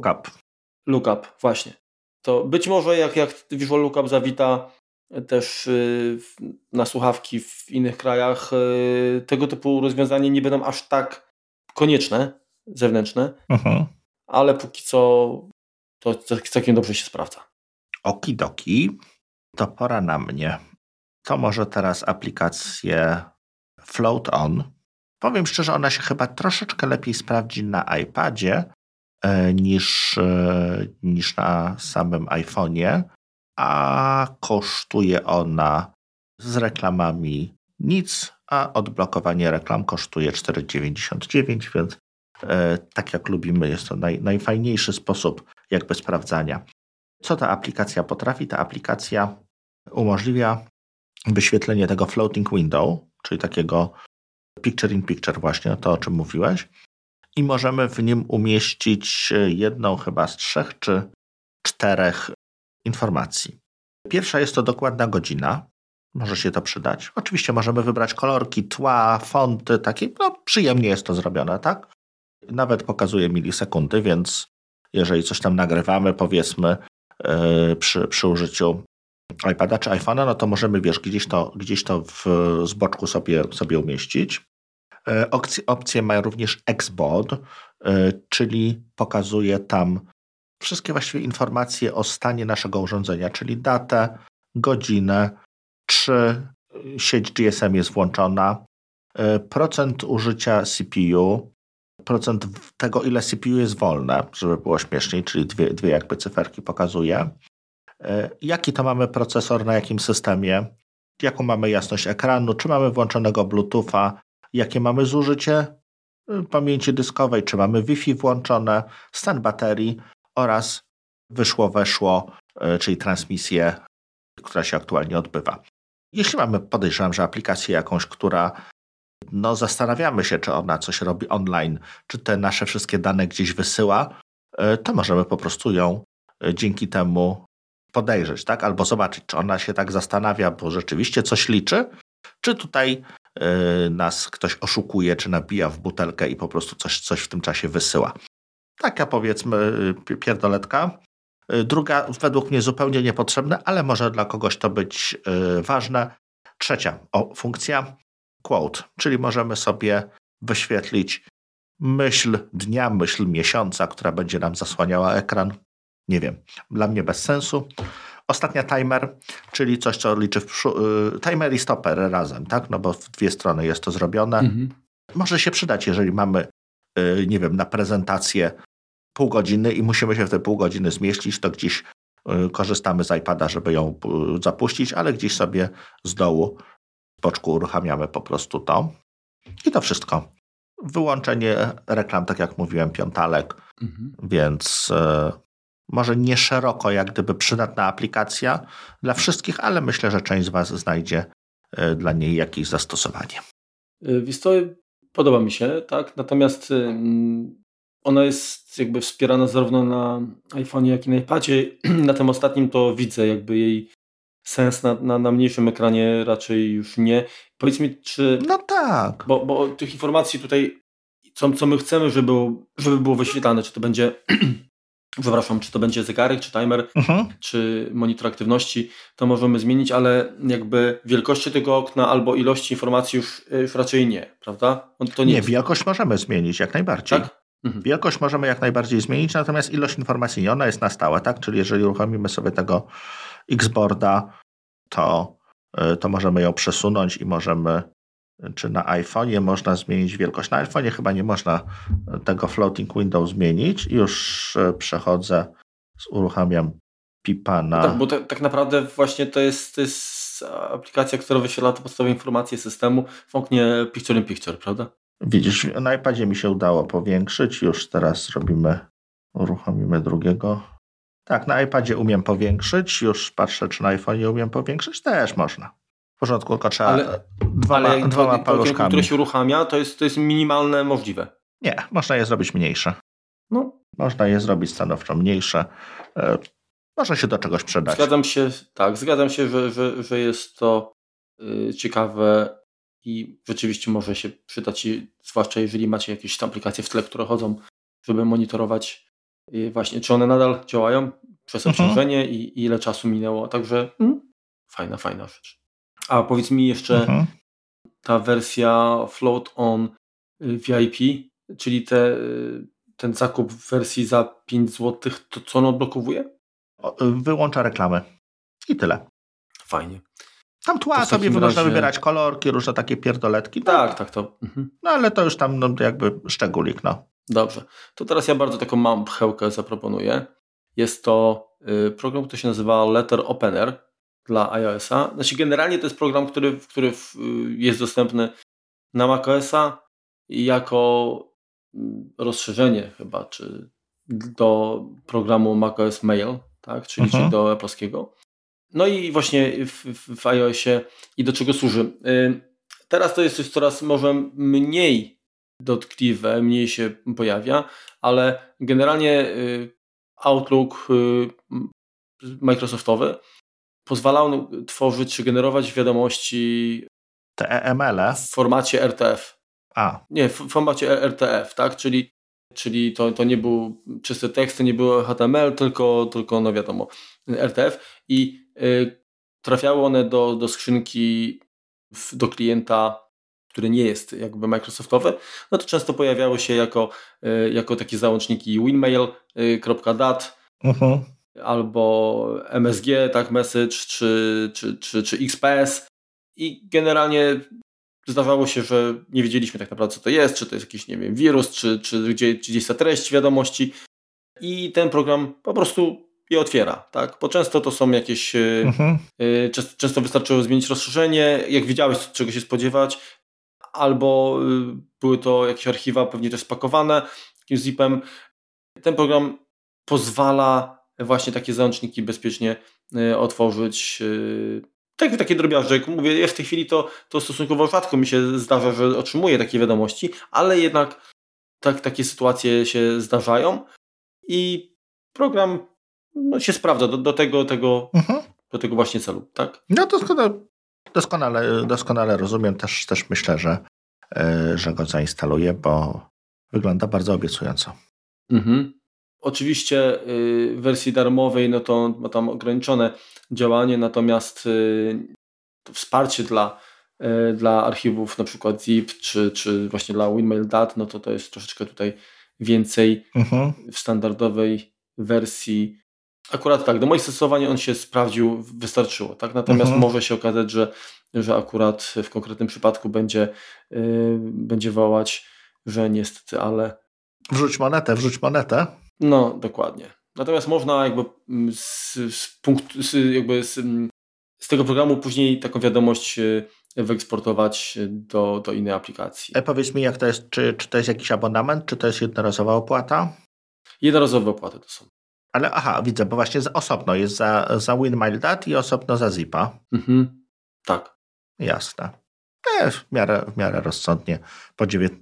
Lookup, właśnie. To być może jak Visual Lookup zawita też na słuchawki w innych krajach, tego typu rozwiązania nie będą aż tak konieczne, zewnętrzne, ale póki co to całkiem dobrze się sprawdza. Okidoki, to pora na mnie. To może teraz aplikację Float On. Powiem szczerze, ona się chyba troszeczkę lepiej sprawdzi na iPadzie niż na samym iPhone'ie. a kosztuje ona z reklamami nic, a odblokowanie reklam kosztuje 4,99, więc tak jak lubimy, jest to najfajniejszy sposób jakby sprawdzania. Co ta aplikacja potrafi? Ta aplikacja umożliwia wyświetlenie tego floating window, czyli takiego picture in picture właśnie, to o czym mówiłeś, i możemy w nim umieścić jedną chyba z 3 czy 4 informacji. Pierwsza jest to dokładna godzina. Może się to przydać. Oczywiście możemy wybrać kolorki, tła, fonty, takie, przyjemnie jest to zrobione, tak? Nawet pokazuje milisekundy, więc jeżeli coś tam nagrywamy, powiedzmy przy użyciu iPada czy iPhone'a, no to możemy, gdzieś to z boczku sobie umieścić. Opcję ma również Xboard, czyli pokazuje tam wszystkie właściwie informacje o stanie naszego urządzenia, czyli datę, godzinę, czy sieć GSM jest włączona, procent użycia CPU, procent tego, ile CPU jest wolne, żeby było śmieszniej, czyli dwie jakby cyferki pokazuje. Jaki to mamy procesor, na jakim systemie, jaką mamy jasność ekranu, czy mamy włączonego Bluetootha, jakie mamy zużycie pamięci dyskowej, czy mamy Wi-Fi włączone, stan baterii oraz weszło, czyli transmisję, która się aktualnie odbywa. Jeśli podejrzewam, że aplikację jakąś, która zastanawiamy się, czy ona coś robi online, czy te nasze wszystkie dane gdzieś wysyła, to możemy po prostu ją dzięki temu podejrzeć, tak? Albo zobaczyć, czy ona się tak zastanawia, bo rzeczywiście coś liczy, czy tutaj nas ktoś oszukuje, czy nabija w butelkę i po prostu coś w tym czasie wysyła. Taka powiedzmy pierdoletka. Druga według mnie zupełnie niepotrzebna, ale może dla kogoś to być ważne. Trzecia funkcja quote, czyli możemy sobie wyświetlić myśl dnia, myśl miesiąca, która będzie nam zasłaniała ekran. Nie wiem, dla mnie bez sensu. Ostatnia timer, czyli coś, co liczy timer i stopper razem, tak? No bo w dwie strony jest to zrobione. Może się przydać, jeżeli mamy, nie wiem, na prezentację pół godziny i musimy się w te pół godziny zmieścić, to gdzieś korzystamy z iPada, żeby ją zapuścić, ale gdzieś sobie z dołu, z boczku uruchamiamy po prostu to. I to wszystko. Wyłączenie reklam, tak jak mówiłem, piątalek, więc może nie szeroko jak gdyby przydatna aplikacja dla wszystkich, ale myślę, że część z Was znajdzie dla niej jakieś zastosowanie. Wiesz co, podoba mi się, tak? Natomiast ona jest jakby wspierana zarówno na iPhone'ie, jak i na iPadzie. Na tym ostatnim to widzę jakby jej sens, na mniejszym ekranie raczej już nie. Powiedz mi, czy... No tak. Bo tych informacji tutaj, co my chcemy, żeby było wyświetlane, czy to będzie... Przepraszam, czy to będzie zegarek, czy timer, czy monitor aktywności, to możemy zmienić, ale jakby wielkości tego okna albo ilości informacji już raczej nie, prawda? To nie, wielkość możemy zmienić jak najbardziej. Tak? Wielkość możemy jak najbardziej zmienić, natomiast ilość informacji nie, ona jest na stałe, tak? Czyli jeżeli uruchomimy sobie tego Xboarda, to możemy ją przesunąć i możemy, czy na iPhone'ie można zmienić wielkość. Na iPhone'ie chyba nie można tego floating window zmienić. Już przechodzę, uruchamiam pipa na... No tak, bo tak naprawdę właśnie to jest aplikacja, która wyświetla te podstawowe informacje systemu w oknie Picture in Picture, prawda? Widzisz, na iPadzie mi się udało powiększyć. Już teraz uruchomimy drugiego. Tak, na iPadzie umiem powiększyć. Już patrzę, czy na iPhone'ie umiem powiększyć. Też można. W porządku, tylko trzeba dwoma paluszkami. Które się uruchamia, to jest minimalne możliwe. Nie, można je zrobić mniejsze. No. Można je zrobić stanowczo mniejsze. Może się do czegoś przydać. Zgadzam się, że jest to ciekawe i rzeczywiście może się przydać, zwłaszcza jeżeli macie jakieś tam aplikacje w tle, które chodzą, żeby monitorować właśnie, czy one nadal działają przez obciążenie i ile czasu minęło. Także fajna rzecz. A powiedz mi jeszcze ta wersja Float on VIP, czyli ten zakup w wersji za 5 zł, to co on odblokowuje? Wyłącza reklamy. I tyle. Fajnie. Tam tła sobie można wybierać kolorki, różne takie pierdoletki. Tak. No ale to już tam jakby szczególik. No. Dobrze. To teraz ja bardzo taką małą pchełkę zaproponuję. Jest to program, który się nazywa Letter Opener dla iOS-a. Znaczy generalnie to jest program, który jest dostępny na macOS-a jako rozszerzenie chyba, czy do programu macOS Mail, tak? czyli do Apple'skiego. No i właśnie w iOSie i do czego służy. Teraz to jest już coraz może mniej dotkliwe, mniej się pojawia, ale generalnie Outlook Microsoftowy pozwalał tworzyć czy generować wiadomości te EML-e w formacie RTF. Nie, w formacie RTF, tak? Czyli to nie był czysty tekst, to nie było HTML, tylko no wiadomo, RTF i trafiały one do skrzynki do klienta, który nie jest jakby Microsoftowy, no to często pojawiały się jako takie załączniki winmail.dat albo MSG, tak, message, czy XPS i generalnie zdawało się, że nie wiedzieliśmy tak naprawdę, co to jest, czy to jest jakiś, nie wiem, wirus, czy gdzieś ta treść wiadomości i ten program po prostu je otwiera, tak? Bo często to są jakieś, często wystarczyło zmienić rozszerzenie, jak wiedziałeś, czego się spodziewać, albo były to jakieś archiwa pewnie też spakowane jakimś zipem. Ten program pozwala właśnie takie załączniki bezpiecznie otworzyć. Takie drobiazgi, jak mówię, w tej chwili to stosunkowo rzadko mi się zdarza, że otrzymuję takie wiadomości, ale jednak takie sytuacje się zdarzają i program się sprawdza do tego właśnie celu, tak? No doskonale rozumiem, też myślę, że go zainstaluję, bo wygląda bardzo obiecująco. Oczywiście w wersji darmowej no to ma tam ograniczone działanie, natomiast wsparcie dla archiwów na przykład zip czy właśnie dla winmail.dat, no to jest troszeczkę tutaj więcej w standardowej wersji. Akurat tak, do moich zastosowań on się sprawdził, wystarczyło, tak? Natomiast może się okazać, że akurat w konkretnym przypadku będzie wołać, że niestety, ale wrzuć monetę. No, dokładnie. Natomiast można jakby z tego programu później taką wiadomość wyeksportować do innej aplikacji. Powiedz mi, jak to jest, czy to jest jakiś abonament, czy to jest jednorazowa opłata? Jednorazowe opłaty to są. Ale widzę, bo właśnie osobno jest za winmail.dat i osobno za zipa. Tak. Jasne. W miarę rozsądnie. Po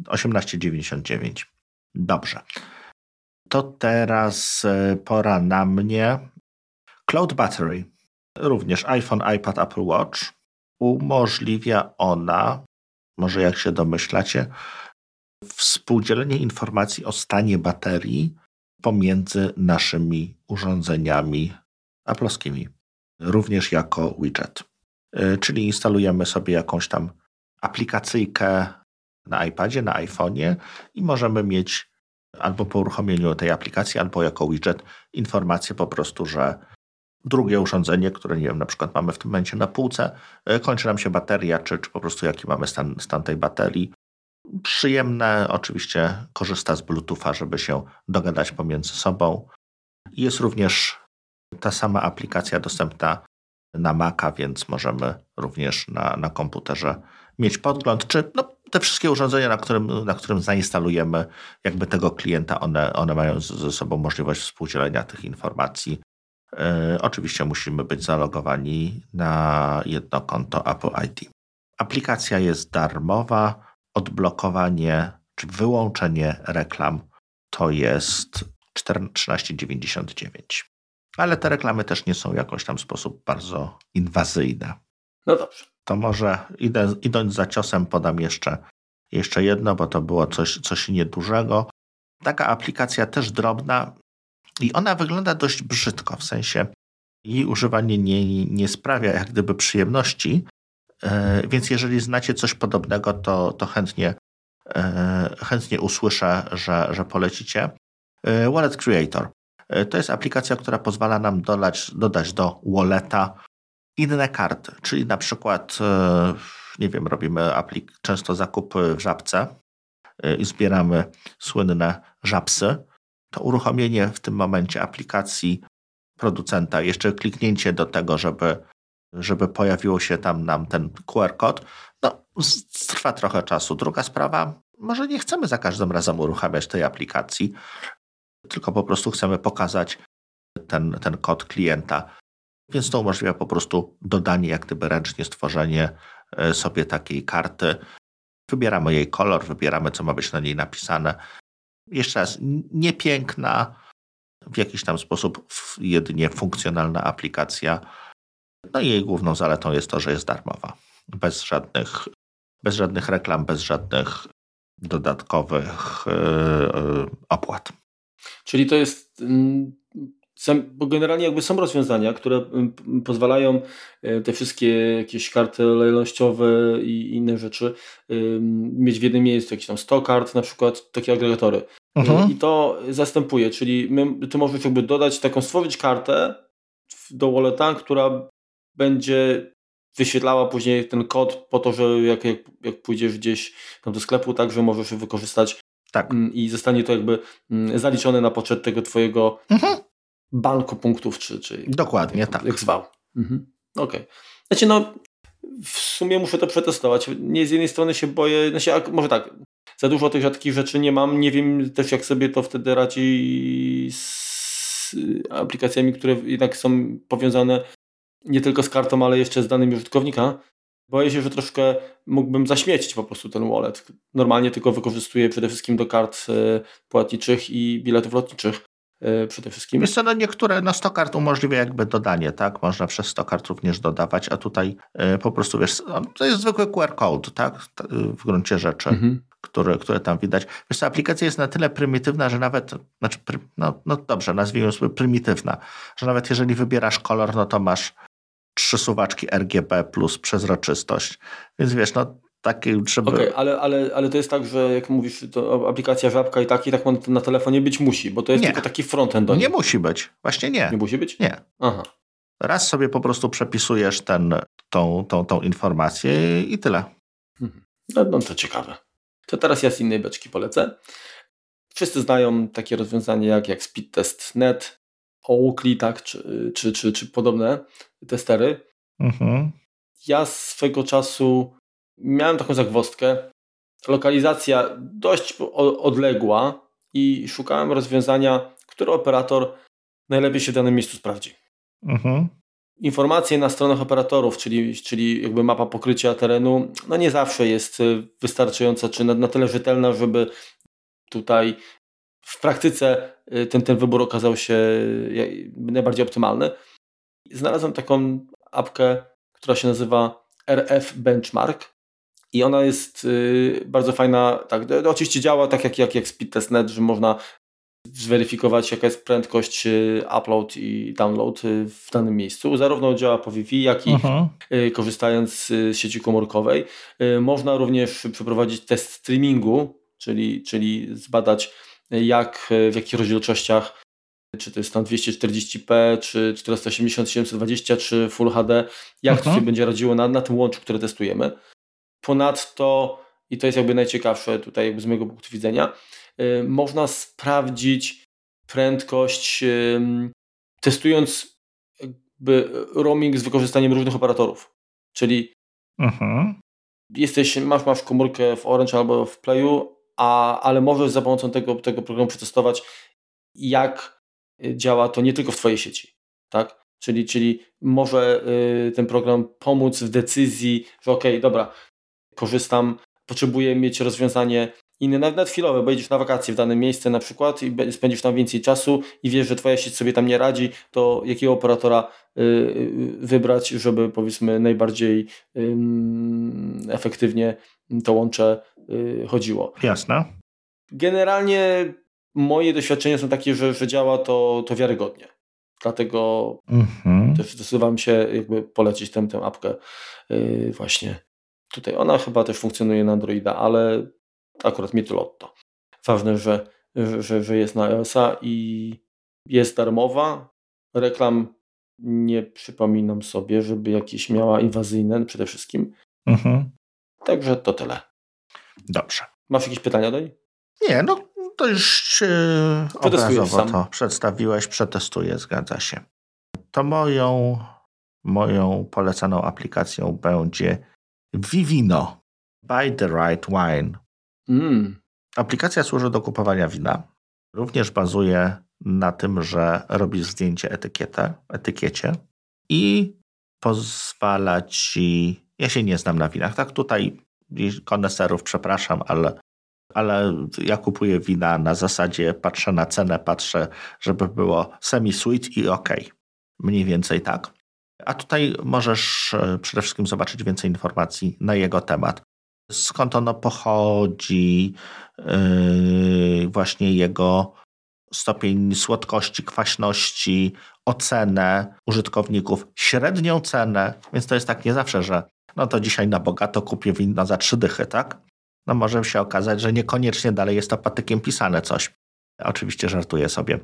18,99. Dobrze. To teraz pora na mnie. Cloud Battery. Również iPhone, iPad, Apple Watch. Umożliwia ona, może jak się domyślacie, współdzielenie informacji o stanie baterii pomiędzy naszymi urządzeniami aploskimi. Również jako widget. Czyli instalujemy sobie jakąś tam aplikacyjkę na iPadzie, na iPhone'ie i możemy mieć albo po uruchomieniu tej aplikacji, albo jako widget informację po prostu, że drugie urządzenie, które, nie wiem, na przykład mamy w tym momencie na półce, kończy nam się bateria, czy po prostu jaki mamy stan tej baterii. Przyjemne, oczywiście korzysta z Bluetootha, żeby się dogadać pomiędzy sobą. Jest również ta sama aplikacja dostępna na Maca, więc możemy również na komputerze mieć podgląd, czy te wszystkie urządzenia, na którym zainstalujemy jakby tego klienta, one mają ze sobą możliwość współdzielenia tych informacji. Oczywiście musimy być zalogowani na jedno konto Apple ID. Aplikacja jest darmowa, odblokowanie czy wyłączenie reklam to jest 13,99. Ale te reklamy też nie są jakoś tam w sposób bardzo inwazyjny. No dobrze. To może idąc za ciosem podam jeszcze jedno, bo to było coś niedużego. Taka aplikacja też drobna i ona wygląda dość brzydko, w sensie jej używanie nie sprawia jak gdyby przyjemności, więc jeżeli znacie coś podobnego, to chętnie usłyszę, że polecicie. Wallet Creator. To jest aplikacja, która pozwala nam dodać do walleta inne karty, czyli na przykład, nie wiem, robimy często zakupy w Żabce i zbieramy słynne żabsy, to uruchomienie w tym momencie aplikacji producenta, jeszcze kliknięcie do tego, żeby pojawiło się tam nam ten QR kod, trwa trochę czasu. Druga sprawa, może nie chcemy za każdym razem uruchamiać tej aplikacji, tylko po prostu chcemy pokazać ten kod klienta. Więc to umożliwia po prostu dodanie, jak gdyby ręcznie stworzenie sobie takiej karty. Wybieramy jej kolor, wybieramy, co ma być na niej napisane. Jeszcze raz, nie piękna, w jakiś tam sposób jedynie funkcjonalna aplikacja. No i jej główną zaletą jest to, że jest darmowa. Bez żadnych reklam, bez żadnych dodatkowych opłat. Czyli to jest, bo generalnie jakby są rozwiązania, które pozwalają te wszystkie jakieś karty lojalnościowe i inne rzeczy mieć w jednym miejscu, jakieś tam 100 kart, na przykład takie agregatory. I to zastępuje, czyli ty możesz jakby dodać taką, stworzyć kartę do walleta, która będzie wyświetlała później ten kod po to, że jak pójdziesz gdzieś tam do sklepu, tak, że możesz wykorzystać i zostanie to jakby zaliczone na poczet tego twojego banku punktów, czy dokładnie tak. Jak zwał. Okej. Znaczy w sumie muszę to przetestować. Nie, z jednej strony się boję, może tak, za dużo tych rzadkich rzeczy nie mam, nie wiem też jak sobie to wtedy radzi z aplikacjami, które jednak są powiązane nie tylko z kartą, ale jeszcze z danymi użytkownika. Boję się, że troszkę mógłbym zaśmiecić po prostu ten wallet. Normalnie tylko wykorzystuję przede wszystkim do kart płatniczych i biletów lotniczych przede wszystkim. Wiesz co, niektóre 100 kart umożliwia jakby dodanie, tak? Można przez 100 kart również dodawać, a tutaj po prostu wiesz, to jest zwykły QR code, tak? W gruncie rzeczy, które tam widać. Wiesz co, aplikacja jest na tyle prymitywna, że nawet, dobrze, nazwijmy sobie prymitywna, że nawet jeżeli wybierasz kolor, no to masz 3 suwaczki RGB plus przezroczystość. Więc wiesz, takie żeby... Okej, ale to jest tak, że jak mówisz, to aplikacja Żabka i tak na telefonie być musi, bo to jest tylko taki frontend do niej. Nie musi być. Właśnie nie. Nie musi być? Nie. Aha. Raz sobie po prostu przepisujesz tą informację i tyle. No to ciekawe. To teraz ja z innej beczki polecę. Wszyscy znają takie rozwiązania jak Speedtest.net, Oakley, tak, czy podobne testery. Ja swego czasu miałem taką zagwozdkę. Lokalizacja dość odległa i szukałem rozwiązania, który operator najlepiej się w danym miejscu sprawdzi. Informacje na stronach operatorów, czyli jakby mapa pokrycia terenu, nie zawsze jest wystarczająca, czy na tyle rzetelna, żeby tutaj w praktyce ten wybór okazał się najbardziej optymalny. Znalazłem taką apkę, która się nazywa RF Benchmark i ona jest bardzo fajna. Tak, oczywiście działa tak jak Speedtest.net, że można zweryfikować, jaka jest prędkość upload i download w danym miejscu. Zarówno działa po Wi-Fi, jak i korzystając z sieci komórkowej. Można również przeprowadzić test streamingu, czyli zbadać w jakich rozdzielczościach, czy to jest tam 240p, czy 480, 720, czy Full HD, jak to sobie będzie radziło na tym łączu, które testujemy. Ponadto, i to jest jakby najciekawsze tutaj jakby z mojego punktu widzenia, można sprawdzić prędkość testując jakby roaming z wykorzystaniem różnych operatorów. Czyli masz komórkę w Orange albo w Playu, ale możesz za pomocą tego programu przetestować, jak działa to nie tylko w twojej sieci. Tak? Czyli może ten program pomóc w decyzji, że okej, dobra, korzystam, potrzebuję mieć rozwiązanie inne, nawet chwilowe, bo idziesz na wakacje w dane miejsce na przykład i spędzisz tam więcej czasu i wiesz, że twoja sieć sobie tam nie radzi, to jakiego operatora wybrać, żeby powiedzmy najbardziej efektywnie to łącze chodziło. Jasne. Generalnie moje doświadczenia są takie, że działa to wiarygodnie. Dlatego też zdecydowałem się jakby polecić tę apkę właśnie tutaj. Ona chyba też funkcjonuje na Androida, ale akurat mi to lotto. Ważne, że jest na iOS-a i jest darmowa. Reklam nie przypominam sobie, żeby jakieś miała inwazyjne przede wszystkim. Także to tyle. Dobrze. Masz jakieś pytania do niej? Nie, to już obrazowo to przedstawiłeś, przetestuję, zgadza się. To moją polecaną aplikacją będzie Vivino, Buy the Right Wine. Aplikacja służy do kupowania wina. Również bazuje na tym, że robisz zdjęcie etykiecie i pozwala ci... Ja się nie znam na winach, tak? Tutaj koneserów przepraszam, ale ja kupuję wina na zasadzie patrzę na cenę, patrzę, żeby było semi-sweet i okej. Mniej więcej tak. A tutaj możesz przede wszystkim zobaczyć więcej informacji na jego temat. Skąd ono pochodzi, właśnie jego stopień słodkości, kwaśności, ocenę użytkowników, średnią cenę, więc to jest tak nie zawsze, że no to dzisiaj na bogato kupię wino za 3 dychy, tak? No może się okazać, że niekoniecznie dalej jest to patykiem pisane coś. Oczywiście żartuję sobie.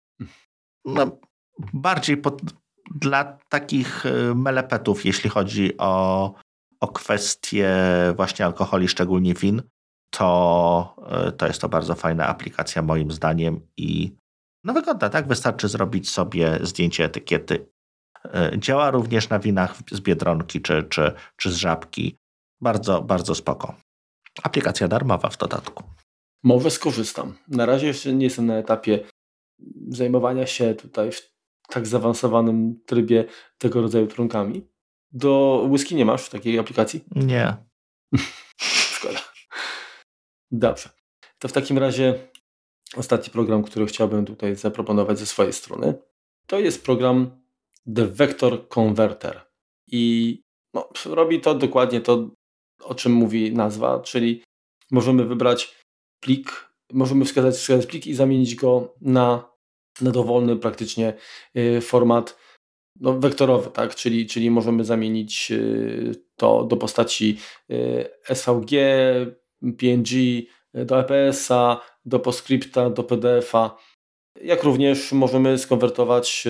No, bardziej dla takich melepetów, jeśli chodzi o kwestie właśnie alkoholi, szczególnie win, to jest to bardzo fajna aplikacja moim zdaniem i no wygodna, tak? Wystarczy zrobić sobie zdjęcie etykiety. Działa również na winach z Biedronki czy z Żabki. Bardzo, bardzo spoko. Aplikacja darmowa w dodatku. Może skorzystam. Na razie jeszcze nie jestem na etapie zajmowania się tutaj w tak zaawansowanym trybie tego rodzaju trunkami. Do whisky nie masz takiej aplikacji? Nie. Szkoda. Dobrze. To w takim razie ostatni program, który chciałbym tutaj zaproponować ze swojej strony, to jest program The Vector Converter. I robi to dokładnie to, o czym mówi nazwa, czyli możemy wybrać plik, możemy wskazać plik i zamienić go na dowolny praktycznie format wektorowy, tak? Czyli możemy zamienić to do postaci SVG, PNG, do EPS-a, do PostScripta, do PDF-a, jak również możemy skonwertować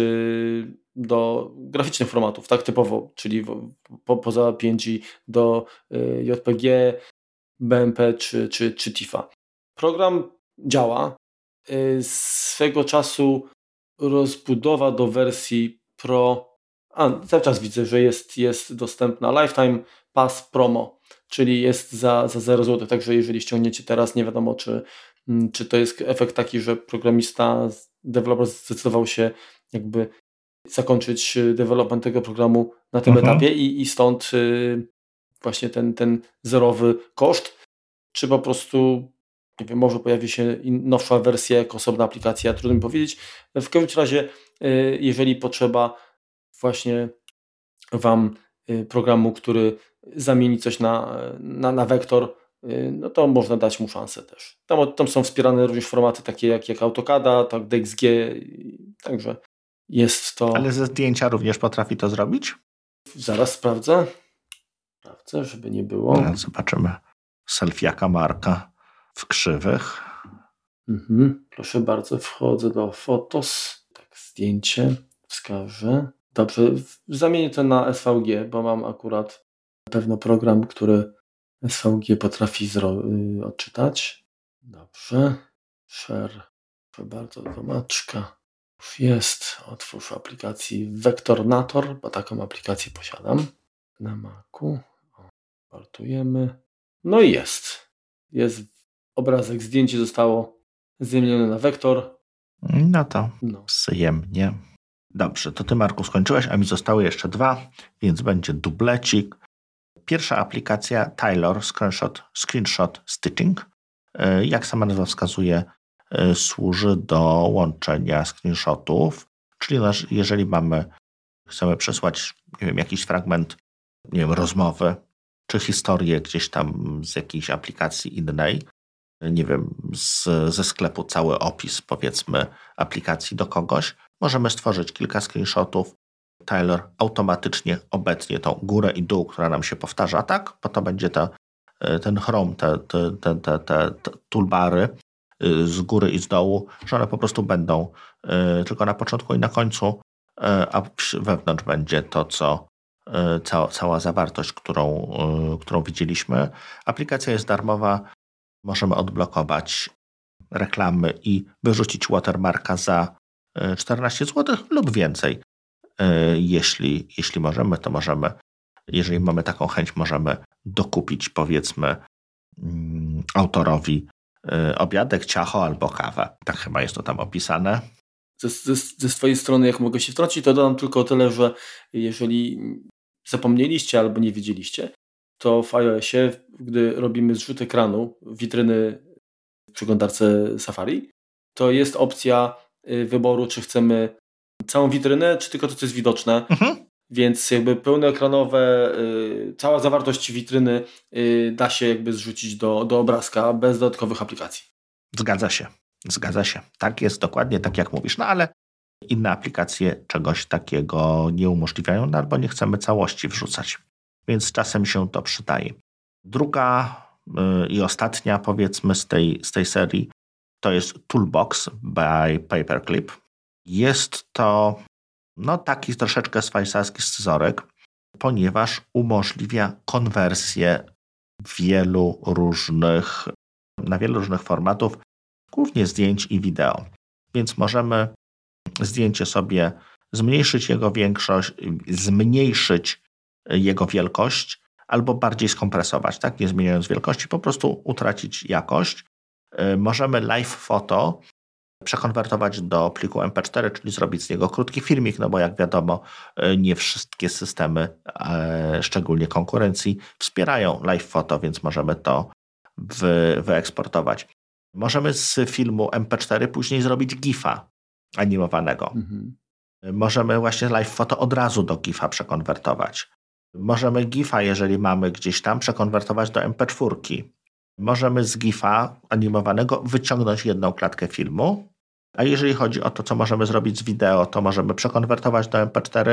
do graficznych formatów, tak typowo, czyli poza PNG do JPG, BMP czy TIFF-a. Program działa. Swego czasu rozbudowa do wersji Pro, cały czas widzę, że jest dostępna Lifetime Pass Promo, czyli jest za 0 zł, także jeżeli ściągniecie teraz, nie wiadomo czy to jest efekt taki, że programista, deweloper zdecydował się jakby zakończyć development tego programu na tym etapie i stąd właśnie ten zerowy koszt, czy po prostu nie wiem, może pojawi się nowsza wersja jako osobna aplikacja, trudno mi powiedzieć. W każdym razie, jeżeli potrzeba właśnie Wam programu, który zamieni coś na wektor, no to można dać mu szansę też. Tam są wspierane również formaty takie jak AutoCAD, tak DXG, także jest to... Ale ze zdjęcia również potrafi to zrobić? Zaraz sprawdzę, żeby nie było. No, zobaczymy. Selfiaka Marka w krzywych. Proszę bardzo, wchodzę do Photos, tak, zdjęcie wskażę. Dobrze, zamienię to na SVG, bo mam akurat pewno program, który SVG potrafi odczytać. Dobrze, share, proszę bardzo, zobaczka. Już jest, otwórz aplikacji Vectornator, bo taką aplikację posiadam na Macu. Portujemy. No i jest obrazek, zdjęcie zostało zmienione na wektor. No to przyjemnie. Dobrze, to ty, Marku, skończyłeś, a mi zostały jeszcze 2, więc będzie dublecik. Pierwsza aplikacja Tailor Screenshot Stitching. Jak sama nazwa wskazuje, służy do łączenia screenshotów, czyli jeżeli chcemy przesłać, nie wiem, jakiś fragment, nie wiem, rozmowy, czy historię gdzieś tam z jakiejś aplikacji innej, nie wiem, ze sklepu cały opis, powiedzmy, aplikacji do kogoś, możemy stworzyć kilka screenshotów. Tailor automatycznie obecnie tą górę i dół, która nam się powtarza, tak? Bo to będzie ten Chrome, te toolbary z góry i z dołu, że one po prostu będą tylko na początku i na końcu, a wewnątrz będzie to, co cała zawartość, którą widzieliśmy. Aplikacja jest darmowa. Możemy odblokować reklamy i wyrzucić watermarka za 14 zł lub więcej. Jeśli możemy, to możemy, jeżeli mamy taką chęć, możemy dokupić, powiedzmy, autorowi obiadek, ciacho albo kawę. Tak chyba jest to tam opisane. Ze swojej strony, jak mogę się wtrącić, to dodam tylko tyle, że jeżeli zapomnieliście albo nie wiedzieliście, to w iOSie, gdy robimy zrzut ekranu witryny w przeglądarce Safari, to jest opcja wyboru, czy chcemy całą witrynę, czy tylko to, co jest widoczne. Więc jakby pełnoekranowe, cała zawartość witryny da się jakby zrzucić do obrazka bez dodatkowych aplikacji. Zgadza się. Tak jest, dokładnie tak jak mówisz. No ale inne aplikacje czegoś takiego nie umożliwiają, albo nie chcemy całości wrzucać. Więc czasem się to przydaje. Druga i ostatnia, powiedzmy, z tej serii to jest Toolbox by Paperclip. Jest to taki troszeczkę swajsarski scyzoryk, ponieważ umożliwia konwersję na wielu różnych formatów, głównie zdjęć i wideo. Więc możemy zdjęcie sobie zmniejszyć jego zmniejszyć jego wielkość albo bardziej skompresować, tak? Nie zmieniając wielkości, po prostu utracić jakość. Możemy live photo przekonwertować do pliku MP4, czyli zrobić z niego krótki filmik, no bo jak wiadomo, nie wszystkie systemy, szczególnie konkurencji, wspierają live photo, więc możemy to wyeksportować. Możemy z filmu MP4 później zrobić GIF-a animowanego. Możemy właśnie live photo od razu do GIF-a przekonwertować. Możemy GIF-a, jeżeli mamy gdzieś tam, przekonwertować do MP4. Możemy z GIF-a animowanego wyciągnąć jedną klatkę filmu, a jeżeli chodzi o to, co możemy zrobić z wideo, to możemy przekonwertować do MP4,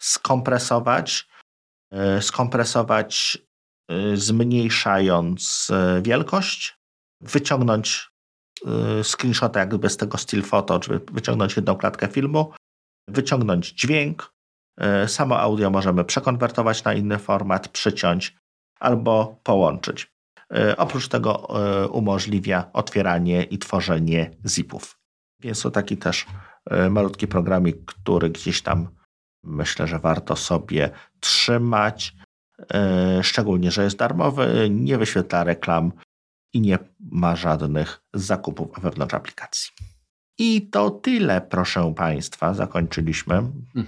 skompresować zmniejszając wielkość, wyciągnąć screenshota jakby z tego still photo, czyli wyciągnąć jedną klatkę filmu, wyciągnąć dźwięk, samo audio możemy przekonwertować na inny format, przyciąć albo połączyć. Oprócz tego umożliwia otwieranie i tworzenie zipów. Więc to taki też malutki programik, który gdzieś tam myślę, że warto sobie trzymać. Szczególnie, że jest darmowy, nie wyświetla reklam i nie ma żadnych zakupów wewnątrz aplikacji. I to tyle, proszę Państwa. Zakończyliśmy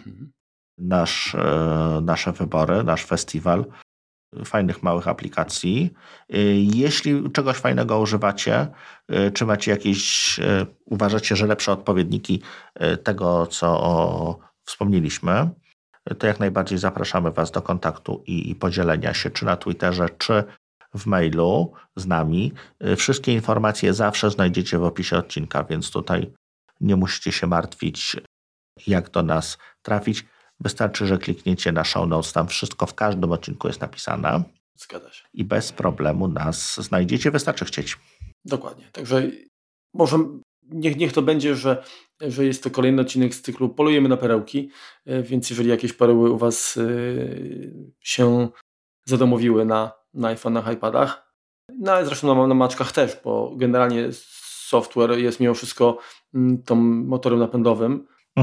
nasze wybory, nasz festiwal fajnych, małych aplikacji. Jeśli czegoś fajnego używacie, czy macie jakieś, uważacie, że lepsze odpowiedniki tego, co wspomnieliśmy, to jak najbardziej zapraszamy Was do kontaktu i podzielenia się, czy na Twitterze, czy w mailu z nami. Wszystkie informacje zawsze znajdziecie w opisie odcinka, więc tutaj nie musicie się martwić, jak do nas trafić. Wystarczy, że klikniecie na show notes, tam wszystko w każdym odcinku jest napisane. Zgadza się. I bez problemu nas znajdziecie, wystarczy chcieć. Dokładnie. Także może niech to będzie, że jest to kolejny odcinek z cyklu Polujemy na perełki, więc jeżeli jakieś pereły u Was się zadomowiły na iPhone'ach, iPadach, no ale zresztą na Maczkach też, bo generalnie software jest mimo wszystko tym motorem napędowym.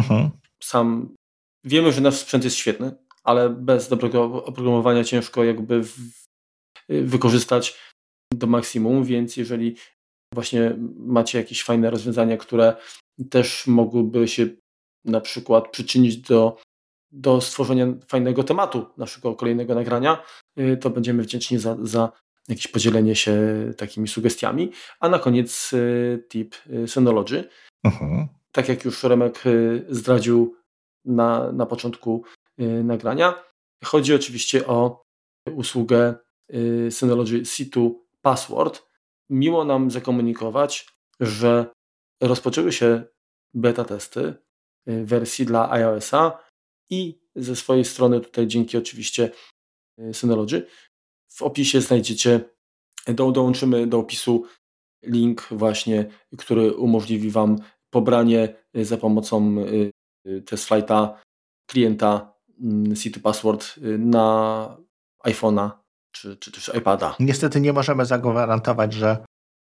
Sam wiemy, że nasz sprzęt jest świetny, ale bez dobrego oprogramowania ciężko jakby wykorzystać do maksimum, więc jeżeli właśnie macie jakieś fajne rozwiązania, które też mogłyby się na przykład przyczynić do stworzenia fajnego tematu naszego kolejnego nagrania, to będziemy wdzięczni za jakieś podzielenie się takimi sugestiami. A na koniec tip Synology. Tak jak już Remek zdradził na początku nagrania, chodzi oczywiście o usługę Synology C2 Password. Miło nam zakomunikować, że rozpoczęły się beta testy wersji dla iOS-a i ze swojej strony tutaj dzięki oczywiście Synology w opisie znajdziecie, dołączymy do opisu link właśnie, który umożliwi Wam pobranie za pomocą TestFlighta klienta C2 Password na iPhone'a czy też iPada. Niestety nie możemy zagwarantować, że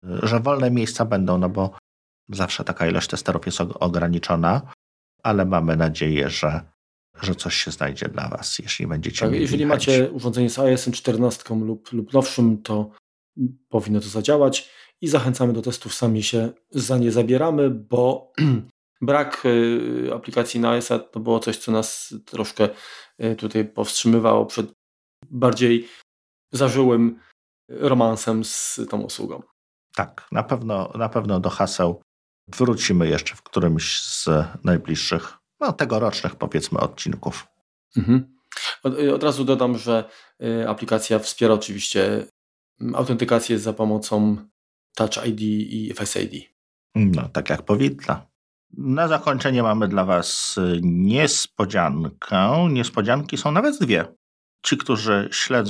że wolne miejsca będą, no bo zawsze taka ilość testerów jest ograniczona, ale mamy nadzieję, że coś się znajdzie dla Was, jeśli będziecie mieli jeżeli chęć. macie urządzenie z iOS-em 14 lub nowszym, to powinno to zadziałać i zachęcamy do testów, sami się za nie zabieramy, bo brak aplikacji na iOS-a to było coś, co nas troszkę tutaj powstrzymywało przed bardziej zażyłym romansem z tą usługą. Tak, na pewno do haseł wrócimy jeszcze w którymś z najbliższych, tegorocznych powiedzmy odcinków. Od razu dodam, że aplikacja wspiera oczywiście autentykację za pomocą Touch ID i Face ID. No, tak jak powinna. Na zakończenie mamy dla Was niespodziankę. Niespodzianki są nawet dwie. Ci, którzy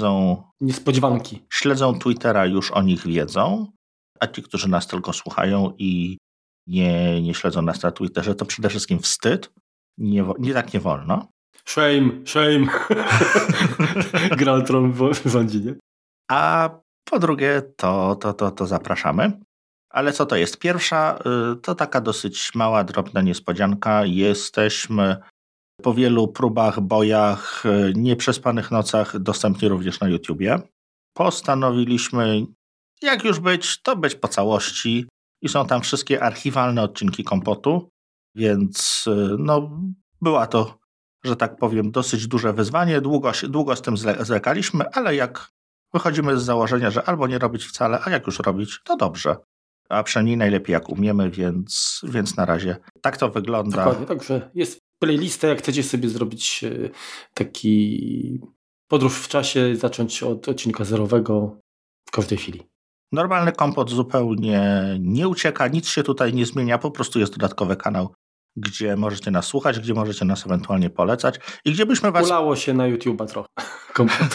śledzą Twittera, już o nich wiedzą, a ci, którzy nas tylko słuchają i nie śledzą nas na Twitterze, to przede wszystkim wstyd. Tak nie wolno. Shame. Graltron rządzi, nie? A po drugie, to zapraszamy. Ale co to jest? Pierwsza to taka dosyć mała, drobna niespodzianka. Jesteśmy po wielu próbach, bojach, nieprzespanych nocach dostępni również na YouTubie. Postanowiliśmy, jak już być, to być po całości i są tam wszystkie archiwalne odcinki Kompotu, więc była to, że tak powiem, dosyć duże wyzwanie. Długo z tym zwlekaliśmy, ale jak wychodzimy z założenia, że albo nie robić wcale, a jak już robić, to dobrze. A przynajmniej najlepiej jak umiemy, więc na razie tak to wygląda. Dokładnie, także jest playlista, jak chcecie sobie zrobić taki podróż w czasie, zacząć od odcinka 0 w każdej chwili. Normalny Kompot zupełnie nie ucieka, nic się tutaj nie zmienia, po prostu jest dodatkowy kanał, gdzie możecie nas słuchać, gdzie możecie nas ewentualnie polecać i gdzie byśmy was... Ulało się na YouTube'a trochę Kompotu.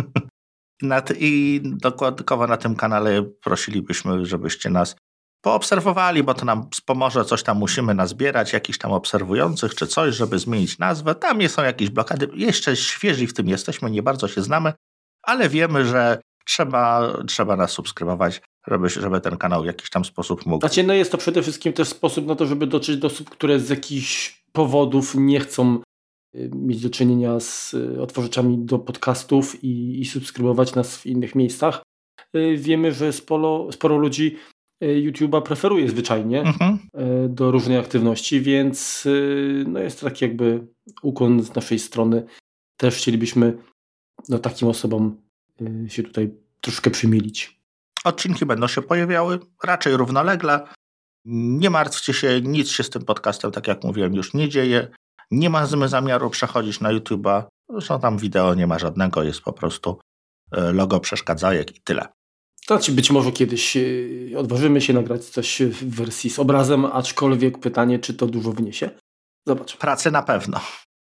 I dokładnie na tym kanale prosilibyśmy, żebyście nas poobserwowali, bo to nam pomoże, coś tam musimy nazbierać, jakichś tam obserwujących czy coś, żeby zmienić nazwę. Tam są jakieś blokady, jeszcze świeżi w tym jesteśmy, nie bardzo się znamy, ale wiemy, że trzeba nas subskrybować, żeby ten kanał w jakiś tam sposób mógł... Znaczy, jest to przede wszystkim też sposób na to, żeby dotrzeć do osób, które z jakichś powodów nie chcą mieć do czynienia z otworzaczami do podcastów i subskrybować nas w innych miejscach. Wiemy, że sporo ludzi YouTube'a preferuje zwyczajnie do różnej aktywności, więc jest to taki jakby ukłon z naszej strony. Też chcielibyśmy takim osobom się tutaj troszkę przymilić. Odcinki będą się pojawiały raczej równolegle. Nie martwcie się, nic się z tym podcastem, tak jak mówiłem, już nie dzieje. Nie mamy zamiaru przechodzić na YouTube'a. Zresztą tam wideo nie ma żadnego, jest po prostu logo przeszkadzajek i tyle. To znaczy być może kiedyś odważymy się nagrać coś w wersji z obrazem, aczkolwiek pytanie, czy to dużo wniesie. Zobacz. Pracy na pewno.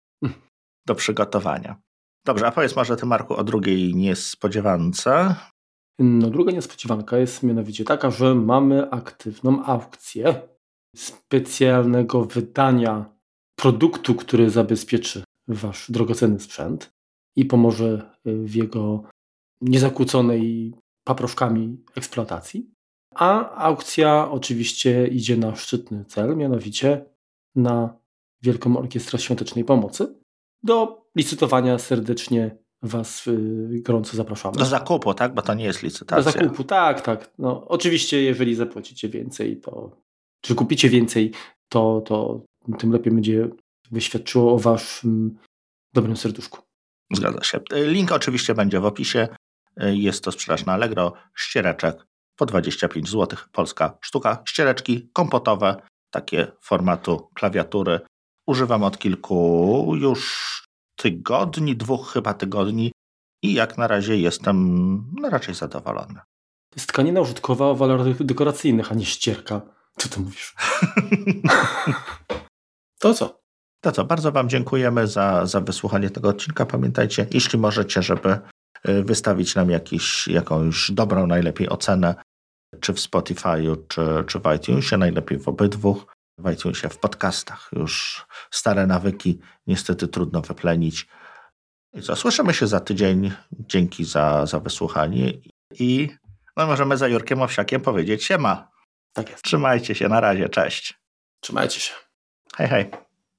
Do przygotowania. Dobrze, a powiedz może ty, Marku, o drugiej niespodziewance. Druga niespodziewanka jest mianowicie taka, że mamy aktywną aukcję specjalnego wydania produktu, który zabezpieczy wasz drogocenny sprzęt i pomoże w jego niezakłóconej paproszkami eksploatacji. A aukcja oczywiście idzie na szczytny cel, mianowicie na Wielką Orkiestrę Świątecznej Pomocy. Do licytowania serdecznie was gorąco zapraszamy. Do zakupu, tak? Bo to nie jest licytacja. Do zakupu, tak. Oczywiście, jeżeli zapłacicie więcej, czy kupicie więcej, to tym lepiej będzie wyświadczyło o waszym dobrym serduszku. Zgadza się. Link oczywiście będzie w opisie. Jest to sprzedaż na Allegro ściereczek po 25 zł. Polska sztuka. Ściereczki kompotowe, takie formatu klawiatury. Używam od kilku już tygodni, 2 chyba tygodni i jak na razie jestem raczej zadowolony. To jest tkanina użytkowa o walorach dekoracyjnych, a nie ścierka. Co ty mówisz? To co? To co, bardzo wam dziękujemy za wysłuchanie tego odcinka. Pamiętajcie, jeśli możecie, żeby wystawić nam jakąś dobrą, najlepiej ocenę, czy w Spotify'u, czy w iTunesie, najlepiej w obydwu. W iTunesie, w podcastach. Już stare nawyki niestety trudno wyplenić. I co, słyszymy się za tydzień. Dzięki za wysłuchanie i No możemy za Jurkiem Owsiakiem powiedzieć siema. Tak jest. Trzymajcie się, na razie, cześć. Trzymajcie się. Hej, hej.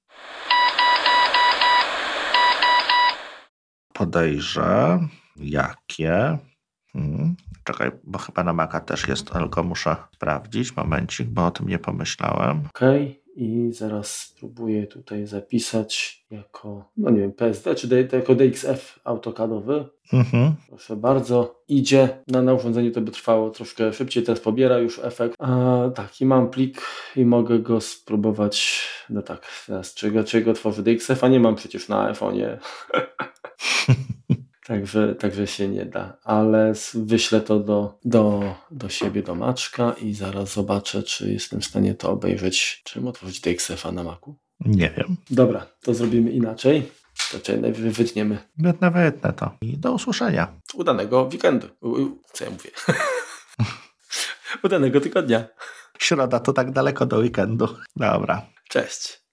Podejrzę, jakie... Czekaj, bo chyba na Maca też jest, ale go muszę sprawdzić. Momencik, bo o tym nie pomyślałem. Okej. I zaraz spróbuję tutaj zapisać jako, no nie wiem, PSD, czy jako DXF AutoCADowy. Proszę bardzo. Idzie. Na urządzeniu to by trwało troszkę szybciej, teraz pobiera już efekt. Tak, i mam plik i mogę go spróbować. No tak, teraz czy go tworzy DXF, a nie mam przecież na iPhone'ie. Także się nie da, ale wyślę to do siebie, do Maczka i zaraz zobaczę, czy jestem w stanie to obejrzeć. Czym otworzyć DXF-a na Macu? Nie wiem. Dobra, to zrobimy inaczej. Raczej najwyżej wytniemy. Wytnę to. I do usłyszenia. Udanego weekendu. Co ja mówię? Udanego tygodnia. Środa to tak daleko do weekendu. Dobra. Cześć.